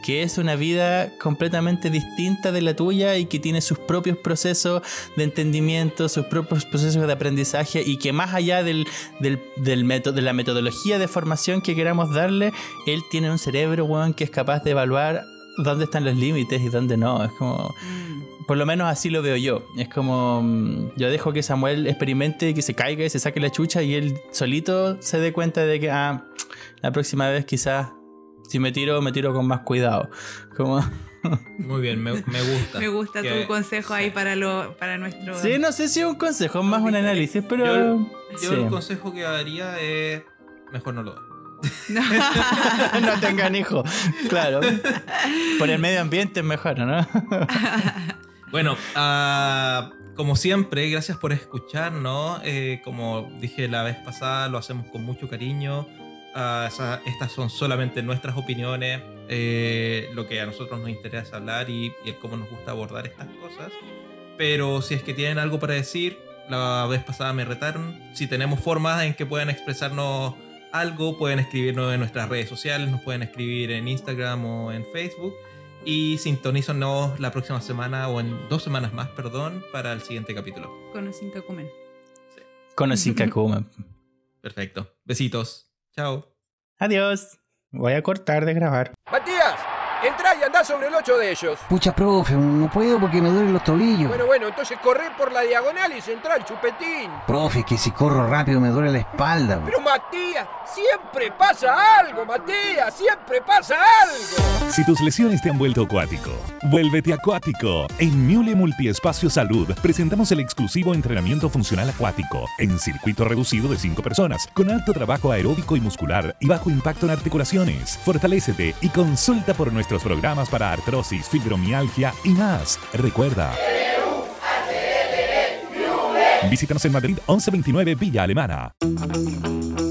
que es una vida completamente distinta de la tuya y que tiene sus propios procesos de entendimiento, sus propios procesos de aprendizaje, y que más allá del, del, del método, de la metodología de formación que queramos darle, él tiene un cerebro, weón, que es capaz de evaluar dónde están los límites y dónde no. Es como... Mm. Por lo menos así lo veo yo. Es como... Yo dejo que Samuel experimente, que se caiga y se saque la chucha, y él solito se dé cuenta de que ah, la próxima vez quizás si me tiro, me tiro con más cuidado. Como... Muy bien, me, me gusta. Me gusta que... tu consejo ahí para, lo, para nuestro... Sí, no sé si es un consejo, es más un análisis, pero... Yo, yo sí. el consejo que daría es... Mejor no lo doy. No. No tengan hijos, claro. Por el medio ambiente es mejor, ¿no? Bueno, uh, como siempre, gracias por escucharnos. Eh, como dije la vez pasada, lo hacemos con mucho cariño. Uh, esa, estas son solamente nuestras opiniones, eh, lo que a nosotros nos interesa hablar y, y el cómo nos gusta abordar estas cosas. Pero si es que tienen algo para decir, la vez pasada me retaron. Si tenemos formas en que puedan expresarnos algo, pueden escribirnos en nuestras redes sociales, nos pueden escribir en Instagram o en Facebook, y sintonízanos la próxima semana o en dos semanas más, perdón, para el siguiente capítulo. Con o sin cacumen. Sí. Con o sin cacumen. Perfecto. Besitos. Chao. Adiós. Voy a cortar de grabar. ¡Matías! Entrá y andá sobre el ocho de ellos. Pucha, profe, no puedo porque me duelen los tobillos. Bueno, bueno, entonces corre por la diagonal y central, chupetín. Profe, que si corro rápido me duele la espalda. Pero Matías, siempre pasa algo, Matías, siempre pasa algo. Si tus lesiones te han vuelto acuático, vuélvete acuático. En Miule Multiespacio Salud presentamos el exclusivo entrenamiento funcional acuático en circuito reducido de cinco personas, con alto trabajo aeróbico y muscular y bajo impacto en articulaciones. Fortalécete y consulta por nuestros programas para artrosis, fibromialgia y más. Recuerda, visítanos en Madrid once veintinueve Villa Alemana.